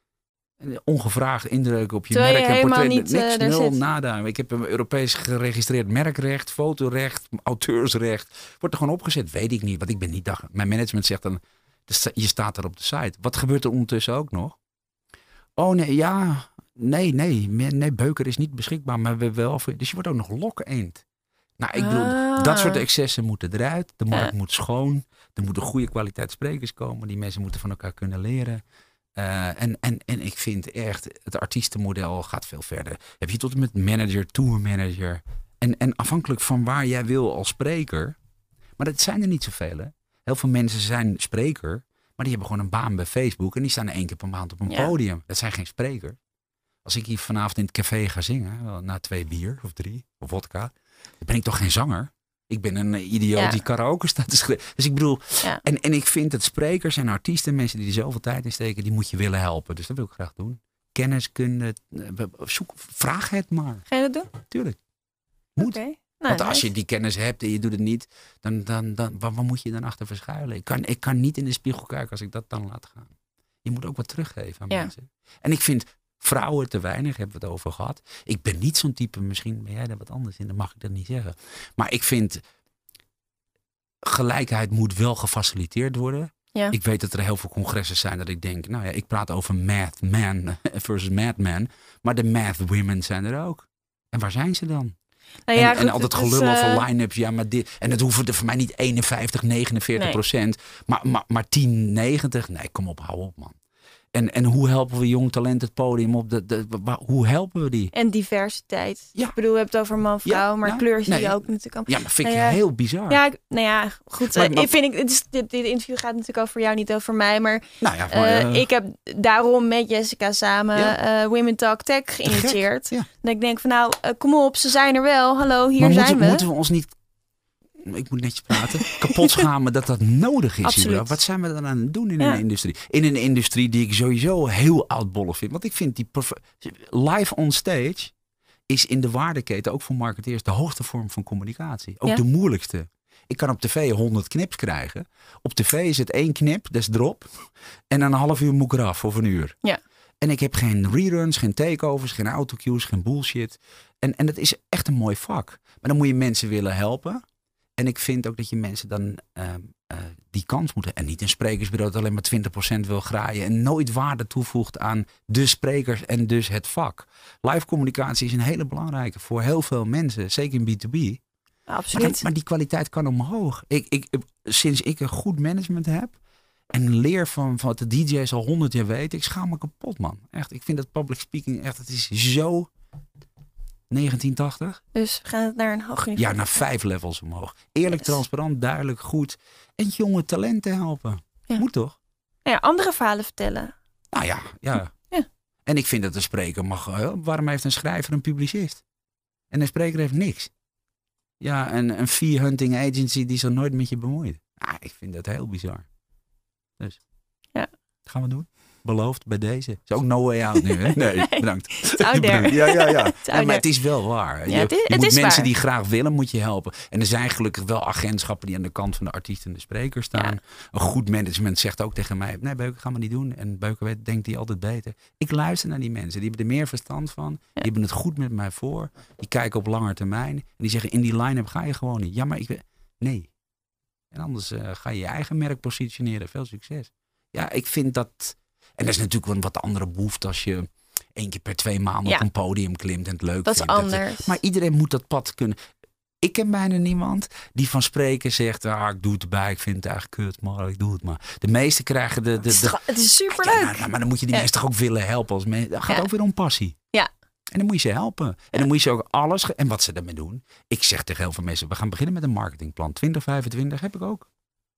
Ongevraagd indrukken op je
Terwijl
merk
je
en portret.
niet,
niks,
uh,
nul,
zit.
nada. Ik heb een Europees geregistreerd merkrecht, fotorecht, auteursrecht. Wordt er gewoon opgezet? Weet ik niet, want ik ben niet dag. Mijn management zegt dan, je staat er op de site. Wat gebeurt er ondertussen ook nog? Oh nee, ja, nee, nee, nee, Beuker is niet beschikbaar, maar we wel. Dus je wordt ook nog lok-eend. Nou, ik bedoel,
ah.
dat soort excessen moeten eruit. De markt
ja.
moet schoon. Er moeten goede kwaliteit sprekers komen. Die mensen moeten van elkaar kunnen leren. Uh, en, en, en ik vind echt, het artiestenmodel gaat veel verder. Heb je tot en met manager, tourmanager. En, en afhankelijk van waar jij wil als spreker. Maar dat zijn er niet zoveel. Hè? Heel veel mensen zijn spreker. Maar die hebben gewoon een baan bij Facebook. En die staan één keer per maand op een ja. podium. Dat zijn geen sprekers. Als ik hier vanavond in het café ga zingen. Na twee bier of drie. Of vodka. Dan ben ik toch geen zanger. Ik ben een idioot ja. die karaoke staat te schrijven. Dus ik bedoel, ja. en, en ik vind dat sprekers en artiesten, mensen die er zoveel tijd in steken, die moet je willen helpen. Dus dat wil ik graag doen. Kenniskunde, zoek, vraag het maar.
Ga je dat doen?
Tuurlijk. Moet.
Okay. Nou,
Want als
nice.
je die kennis hebt en je doet het niet, dan, dan, dan waar, waar moet je dan achter verschuilen? Ik kan, ik kan niet in de spiegel kijken als ik dat dan laat gaan. Je moet ook wat teruggeven aan
ja.
mensen. En ik vind vrouwen te weinig, hebben we het over gehad. Ik ben niet zo'n type, misschien ben jij daar wat anders in, dan mag ik dat niet zeggen. Maar ik vind, gelijkheid moet wel gefaciliteerd worden.
Ja.
Ik weet dat er heel veel congressen zijn dat ik denk, nou ja, ik praat over math man versus madman. Maar de math women zijn er ook. En waar zijn ze dan?
Nou ja,
en,
goed,
en altijd gelul
is, uh...
over line-ups. Ja, maar dit. En het hoeven er voor mij niet eenenvijftig, negenenveertig nee. procent. Maar, maar, maar tien, negentig. Nee, kom op, hou op man. En, en hoe helpen we jong talent het podium op? De, de, waar, hoe helpen we die?
En diversiteit.
Ja.
Ik bedoel, we hebben het over man, vrouw,
Ja,
maar
ja.
kleur zie
Nee.
je ook natuurlijk.
Ja, maar vind ik
Nou ja,
heel bizar.
Ja, ik- nou ja, goed.
Maar-
eh,
maar-
ik vind ik, het is, dit, dit interview gaat natuurlijk over jou, niet over mij. Maar,
nou ja,
eh,
maar, uh,
ik heb daarom met Jessica samen
Ja.
eh, Women Talk Tech geïnitieerd.
Ja.
Dat ik denk van nou, uh, kom op, ze zijn er wel. Hallo, hier
maar
zijn
moeten,
we.
moeten we ons niet, ik moet netjes praten, kapot schamen dat dat nodig is?
Absoluut.
Überhaupt? Wat zijn we dan aan het doen in
Ja.
een industrie? In een industrie die ik sowieso heel oudbollig vind. Want ik vind die prof- live on stage is in de waardeketen, ook voor marketeers, de hoogste vorm van communicatie. Ook
Ja.
de moeilijkste. Ik kan op tv honderd knips krijgen. Op tv is het één knip, dat is drop. En dan een half uur moet ik eraf of een uur.
Ja.
En ik heb geen reruns, geen takeovers, geen autocues, geen bullshit. En, en dat is echt een mooi vak. Maar dan moet je mensen willen helpen. En ik vind ook dat je mensen dan uh, uh, die kans moeten. En niet een sprekersbureau dat alleen maar twintig procent wil graaien. En nooit waarde toevoegt aan de sprekers en dus het vak. Live communicatie is een hele belangrijke voor heel veel mensen. Zeker in B twee B.
Absoluut.
Maar, maar die kwaliteit kan omhoog. Ik, ik, sinds ik een goed management heb. En leer van, van wat de D J's al honderd jaar weten. Ik schaam me kapot, man. Echt, ik vind dat public speaking echt, het is zo negentien tachtig.
Dus we gaan het naar een hoger niveau.
Ja, naar vijf levels omhoog. Eerlijk,
Yes.
transparant, duidelijk, goed. En jonge talenten helpen.
Ja.
Moet toch?
Ja, andere verhalen vertellen.
Nou ja, ja.
Ja.
En ik vind dat een spreker mag... Uh, waarom heeft een schrijver een publicist? En een spreker heeft niks. Ja, een, een fee hunting agency die zich nooit met je bemoeit. Ah, ik vind dat heel bizar. Dus.
Ja.
Dat gaan we doen. Beloofd bij deze. Is ook no way out nu, hè? Nee,
Nee.
bedankt.
It's out there.
Ja, ja, ja.
It's out
Ja, maar
there.
het is wel waar.
Ja,
je
het is-
je
het
moet
is
mensen
waar.
die graag willen, moet je helpen. En er zijn gelukkig wel agentschappen die aan de kant van de artiest en de spreker staan.
Ja.
Een goed management zegt ook tegen mij, nee Beuken, gaan we niet doen. En Beuken weet, denkt die altijd beter. Ik luister naar die mensen. Die hebben er meer verstand van. Die hebben het goed met mij voor. Die kijken op lange termijn. En die zeggen, in die line-up ga je gewoon niet. Ja, maar ik weet... Nee. En anders uh, ga je je eigen merk positioneren. Veel succes. Ja, ik vind dat... En dat is natuurlijk een wat andere behoefte als je één keer per twee maanden
Ja.
op een podium klimt en het leuk
Dat is
vindt.
anders.
Maar iedereen moet dat pad kunnen. Ik ken bijna niemand die van spreken zegt, ah, ik doe het erbij, ik vind het eigenlijk kut, maar ik doe het maar. De meesten krijgen de... de,
Het is,
de
toch- het is
Ja,
superleuk.
nou, nou, maar dan moet je die
Ja.
mensen toch ook willen helpen als mensen. Dat gaat
Ja.
ook weer om passie.
Ja.
En dan moet je ze helpen. En dan moet je ze ook alles... ge- En wat ze ermee doen. Ik zeg tegen heel veel mensen, we gaan beginnen met een marketingplan. twintig vijfentwintig heb ik ook.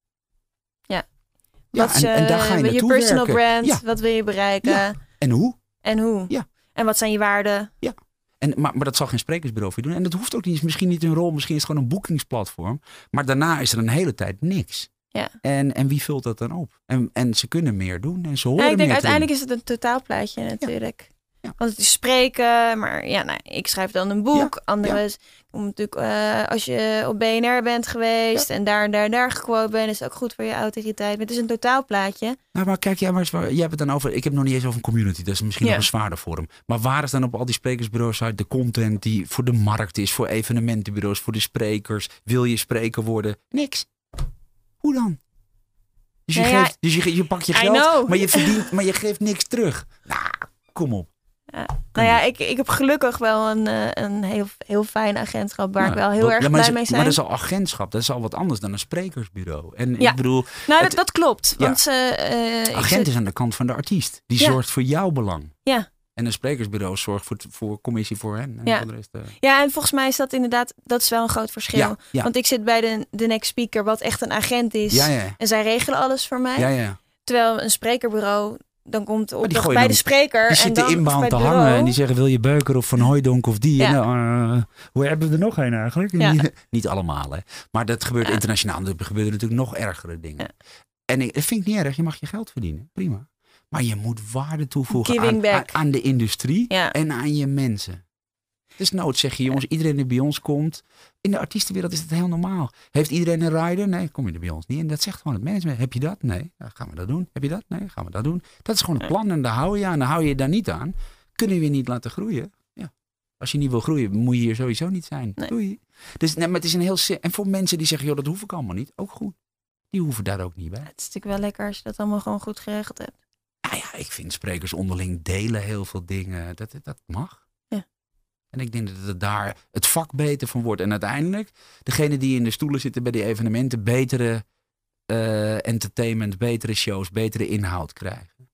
Ja.
Ja,
Wat is
en, en daar ga je
je
naartoe
personal
werken.
brand?
Ja.
Wat wil je bereiken?
Ja. En hoe?
En hoe?
Ja.
En wat zijn je waarden?
En, maar, maar dat zal geen sprekersbureau voor je doen. En dat hoeft ook niet. Is misschien niet hun rol. Misschien is het gewoon een boekingsplatform. Maar daarna is er een hele tijd niks.
Ja.
En, en wie vult dat dan op? En, en ze kunnen meer doen. En ze horen
Ja, ik denk
meer te
uiteindelijk
doen.
is het een totaalplaatje natuurlijk.
Ja.
Want het is spreken, maar ja, nou, ik schrijf dan een boek.
Ja.
Anderen, is- om natuurlijk, eh, als je op B N R bent geweest en daar en daar en daar gequote bent, is het ook goed voor je autoriteit. Maar het is een totaalplaatje.
Nou, maar kijk, jij, maar, jij hebt het dan over... Ik heb het nog niet eens over een community. Dat is misschien
Ja.
nog een zwaarder vorm. Maar waar is dan op al die sprekersbureaus uit de content die voor de markt is, voor evenementenbureaus, voor de sprekers? Wil je spreker worden? Niks. Hoe dan? Dus je,
Nou ja,
geeft, dus je, ge- je pakt je
I
geld,
know.
maar je verdient, maar je geeft niks terug. Nou, kom op.
Ja. Nou ja, ik, ik heb gelukkig wel een, eh, een heel, heel fijn agentschap waar
Ja,
ik wel heel
dat-
erg
ja, maar
blij
is-
mee zijn.
Maar dat is al agentschap. Dat is al wat anders dan een sprekersbureau. En
Ja.
ik bedoel,
nou,
het-
dat, dat klopt.
Ja.
Want ze, eh, ik
agent
zit-
is aan de kant van de artiest. Die
Ja.
zorgt voor jouw belang.
Ja.
En een sprekersbureau zorgt voor, voor commissie voor hen. En
Ja.
voor de rest, eh,
Ja, en volgens mij is dat inderdaad, dat is wel een groot verschil.
Ja, ja.
Want ik zit bij de, de next speaker, wat echt een agent is.
ja, ja,
En zij regelen alles voor mij.
ja, ja.
Terwijl een sprekerbureau, dan komt de
die
opdracht
gooien
bij
dan-
de spreker.
Die
en
zitten
dan, of
inbound
bij
te
het
hangen
bureau.
en die zeggen, wil je Beuker of Van Hooijdonk of die?
Ja.
En, dan, eh, hoe hebben we er nog een eigenlijk?
Ja.
Niet, niet allemaal, hè. Maar dat gebeurt
Ja.
internationaal. Er gebeuren natuurlijk nog ergere dingen.
Ja.
En ik, dat vind ik niet erg. Je mag je geld verdienen. Prima. Maar je moet waarde toevoegen
Giving
aan,
back.
aan, aan de industrie
Ja.
en aan je mensen. Dus nood zeg je, jongens, iedereen die bij ons komt. In de artiestenwereld is het heel normaal. Heeft iedereen een rider? Nee, kom je er bij ons niet in. Dat zegt gewoon het management. Heb je dat? Nee. Dan gaan we dat doen. Heb je dat? Nee, gaan we dat doen. Dat is gewoon een plan en daar hou je aan. Dan hou je je daar niet aan. Kunnen we je niet laten groeien? Ja. Als je niet wil groeien, moet je hier sowieso niet zijn.
Nee.
Doei. Dus nee, maar het is een heel... si- En voor mensen die zeggen, joh, dat hoef ik allemaal niet. Ook goed. Die hoeven daar ook niet bij.
Het is natuurlijk wel lekker als je dat allemaal gewoon goed geregeld hebt.
Nou ja, ik vind sprekers onderling delen heel veel dingen. Dat, dat mag.
Ja.
En ik denk dat het daar het vak beter van wordt. En uiteindelijk, degene die in de stoelen zitten bij die evenementen, betere eh, entertainment, betere shows, betere inhoud krijgen.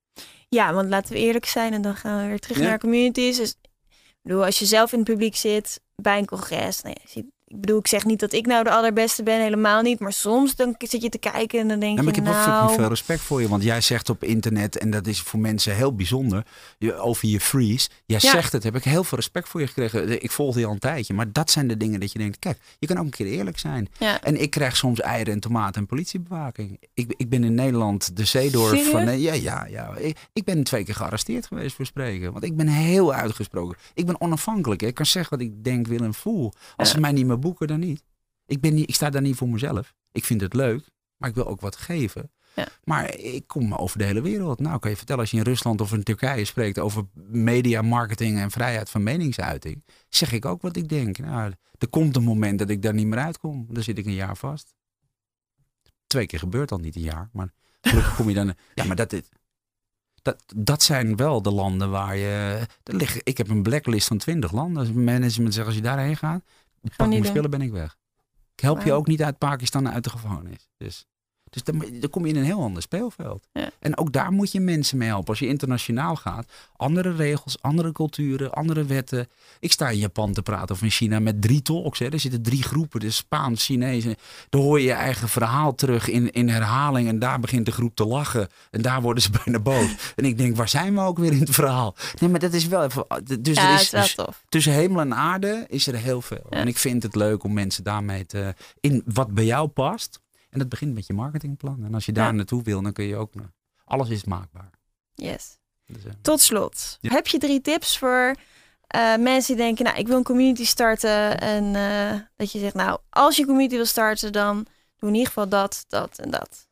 Ja, want laten we eerlijk zijn en dan gaan we weer terug
Ja.
naar communities. Dus, ik bedoel, als je zelf in het publiek zit bij een congres, nou ja, je ziet, ik bedoel, ik zeg niet dat ik nou de allerbeste ben, helemaal niet. Maar soms dan zit je te kijken en dan denk
Ja, maar ik
je,
heb wel
nou...
fucking veel respect voor je. Want jij zegt op internet, en dat is voor mensen heel bijzonder, je, over je freeze. Jij
Ja.
zegt het, heb ik heel veel respect voor je gekregen. Ik volgde je al een tijdje. Maar dat zijn de dingen dat je denkt, kijk, je kan ook een keer eerlijk zijn.
Ja.
En ik krijg soms eieren en tomaten en politiebewaking. Ik, ik ben in Nederland de zee door
Serieus?
van... Ja, ja, ja. Ik, ik ben twee keer gearresteerd geweest voor spreken. Want ik ben heel uitgesproken. Ik ben onafhankelijk. Hè. Ik kan zeggen wat ik denk, wil en voel. Als
Ja.
ze mij niet meer boeken, dan niet. Ik, ben niet. ik sta daar niet voor mezelf. Ik vind het leuk, maar ik wil ook wat geven.
Ja.
Maar ik kom over de hele wereld. Nou, kan je vertellen, als je in Rusland of in Turkije spreekt over media, marketing en vrijheid van meningsuiting, zeg ik ook wat ik denk. Nou, er komt een moment dat ik daar niet meer uitkom. Dan zit ik een jaar vast. Twee keer gebeurt al niet een jaar, maar gelukkig kom je dan... Ja, maar dat, dat, dat zijn wel de landen waar je... Er liggen, ik heb een blacklist van twintig landen. Als management zegt, als je daarheen gaat, pak
niet
mijn
doen.
spullen, ben ik weg. Ik help je
Wauw.
ook niet uit Pakistan uit de gevangenis. Dus, dus dan, dan kom je in een heel ander speelveld.
Ja.
En ook daar moet je mensen mee helpen. Als je internationaal gaat, andere regels, andere culturen, andere wetten. Ik sta in Japan te praten of in China met drie talks. Hè. Er zitten drie groepen, dus Spaans, Chinees. Dan hoor je je eigen verhaal terug in, in herhaling. En daar begint de groep te lachen. En daar worden ze bijna boos. En ik denk, waar zijn we ook weer in het verhaal? Nee, maar dat is wel even... Dus
Ja,
er
het
is,
is wel
dus
tof.
tussen hemel en aarde is er heel veel.
Ja.
En ik vind het leuk om mensen daarmee te... In wat bij jou past. En dat begint met je marketingplan. En als je daar
Ja.
naartoe wil, dan kun je ook... Alles is maakbaar.
Yes.
Dus, uh,
Tot slot,
Ja.
heb je drie tips voor uh, mensen die denken, nou, ik wil een community starten. En uh, dat je zegt, nou, als je een community wil starten, dan doe in ieder geval dat, dat en dat.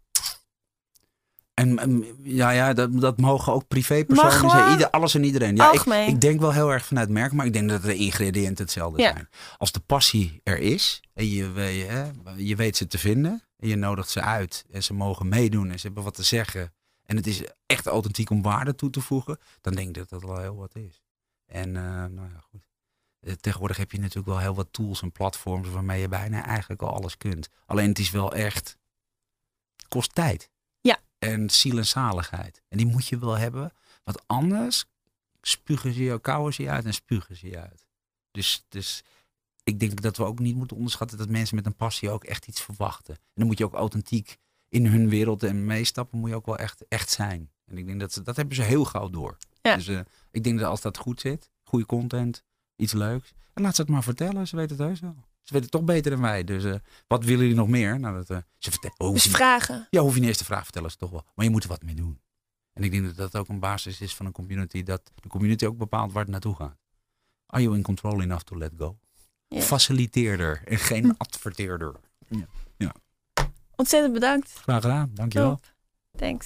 En um, ja, ja dat, dat mogen ook privépersonen
Mag
zijn.
gewoon
Ieder, alles en iedereen. Ja, ik,
algemeen.
ik denk wel heel erg vanuit merk, maar ik denk dat de ingrediënten hetzelfde
Ja.
zijn. Als de passie er is en je, je, hè, je weet ze te vinden en je nodigt ze uit en ze mogen meedoen en ze hebben wat te zeggen en het is echt authentiek om waarde toe te voegen, dan denk ik dat dat wel heel wat is. En uh, nou ja, goed. Uh, tegenwoordig heb je natuurlijk wel heel wat tools en platforms waarmee je bijna eigenlijk al alles kunt. Alleen het is wel echt, kost tijd. En ziel en zaligheid. En die moet je wel hebben. Want anders spugen ze je, kauwen ze je uit en spugen ze je uit. Dus, dus ik denk dat we ook niet moeten onderschatten dat mensen met een passie ook echt iets verwachten. En dan moet je ook authentiek in hun wereld en meestappen, moet je ook wel echt, echt zijn. En ik denk dat ze, dat hebben ze heel gauw door.
Ja.
Dus uh, ik denk dat als dat goed zit, goede content, iets leuks. En laat ze het maar vertellen, ze weten het heus wel. Ze weten het toch beter dan wij. Dus uh, wat willen jullie nog meer? Nou, dat, uh, ze vertellen, oh,
Dus
ze-
vragen.
ja, hoef je niet eens te vragen, vertellen ze toch wel. Maar je moet er wat mee doen. En ik denk dat dat ook een basis is van een community. Dat de community ook bepaalt waar het naartoe gaat. Are you in control enough to let go?
Ja.
Faciliteerder en geen adverteerder. Ja.
Ontzettend bedankt.
Graag gedaan, dankjewel.
Top. Thanks.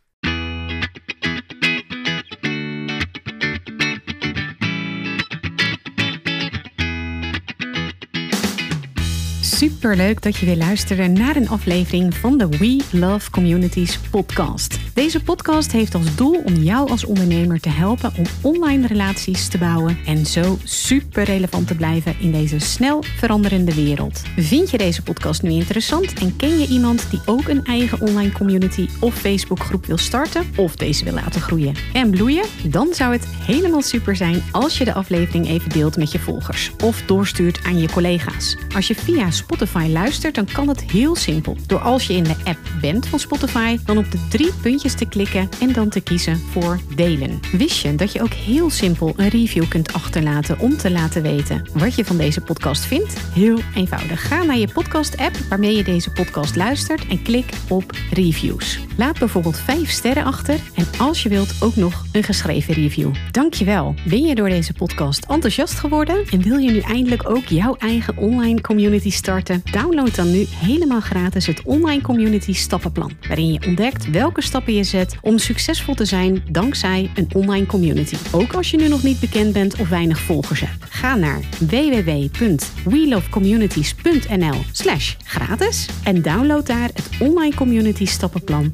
Superleuk dat je weer luisterde naar een aflevering van de We Love Communities podcast. Deze podcast heeft als doel om jou als ondernemer te helpen om online relaties te bouwen en zo super relevant te blijven in deze snel veranderende wereld. Vind je deze podcast nu interessant en ken je iemand die ook een eigen online community of Facebookgroep wil starten of deze wil laten groeien en bloeien? Dan zou het helemaal super zijn als je de aflevering even deelt met je volgers of doorstuurt aan je collega's. Als je via Spotify luistert, dan kan het heel simpel. Door als je in de app bent van Spotify, dan op de drie puntjes te klikken en dan te kiezen voor delen. Wist je dat je ook heel simpel een review kunt achterlaten om te laten weten wat je van deze podcast vindt? Heel eenvoudig. Ga naar je podcast-app waarmee je deze podcast luistert en klik op reviews. Laat bijvoorbeeld vijf sterren achter en als je wilt ook nog een geschreven review. Dankjewel. Ben je door deze podcast enthousiast geworden en wil je nu eindelijk ook jouw eigen online community starten? Download dan nu helemaal gratis het Online Community Stappenplan, waarin je ontdekt welke stappen je zet om succesvol te zijn dankzij een online community. Ook als je nu nog niet bekend bent of weinig volgers hebt. Ga naar w w w punt we love communities punt n l slash gratis en download daar het Online Community Stappenplan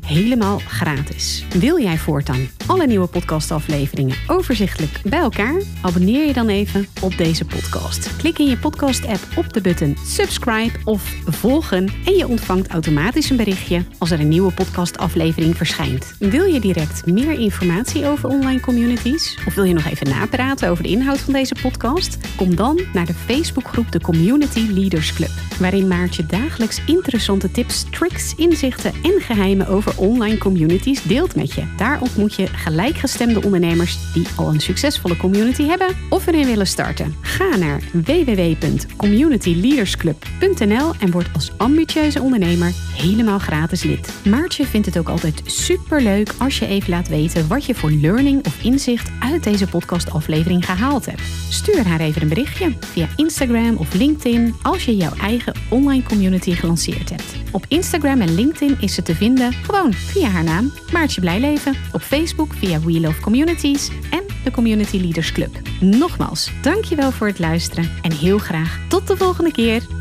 helemaal gratis. Wil jij voortaan alle nieuwe podcastafleveringen overzichtelijk bij elkaar? Abonneer je dan even op deze podcast. Klik in je podcast-app op de button subscribe of volgen en je ontvangt automatisch een berichtje als er een nieuwe podcastaflevering verschijnt. Wil je direct meer informatie over online communities? Of wil je nog even napraten over de inhoud van deze podcast? Kom dan naar de Facebookgroep de Community Leaders Club, waarin Maartje dagelijks interessante tips, tricks, inzichten en geheimen over online communities deelt met je. Daar ontmoet je gelijkgestemde ondernemers die al een succesvolle community hebben of erin willen starten. Ga naar w w w punt community leaders club punt n l en word als ambitieuze ondernemer helemaal gratis lid. Maartje vindt het ook altijd superleuk als je even laat weten wat je voor learning of inzicht uit deze podcastaflevering gehaald hebt. Stuur haar even een berichtje via Instagram of LinkedIn als je jouw eigen online community gelanceerd hebt. Op Instagram en LinkedIn is ze te vinden gewoon via haar naam, Maartje Blijleven. Op Facebook via We Love Communities en de Community Leaders Club. Nogmaals, dankjewel voor het luisteren en heel graag tot de volgende keer.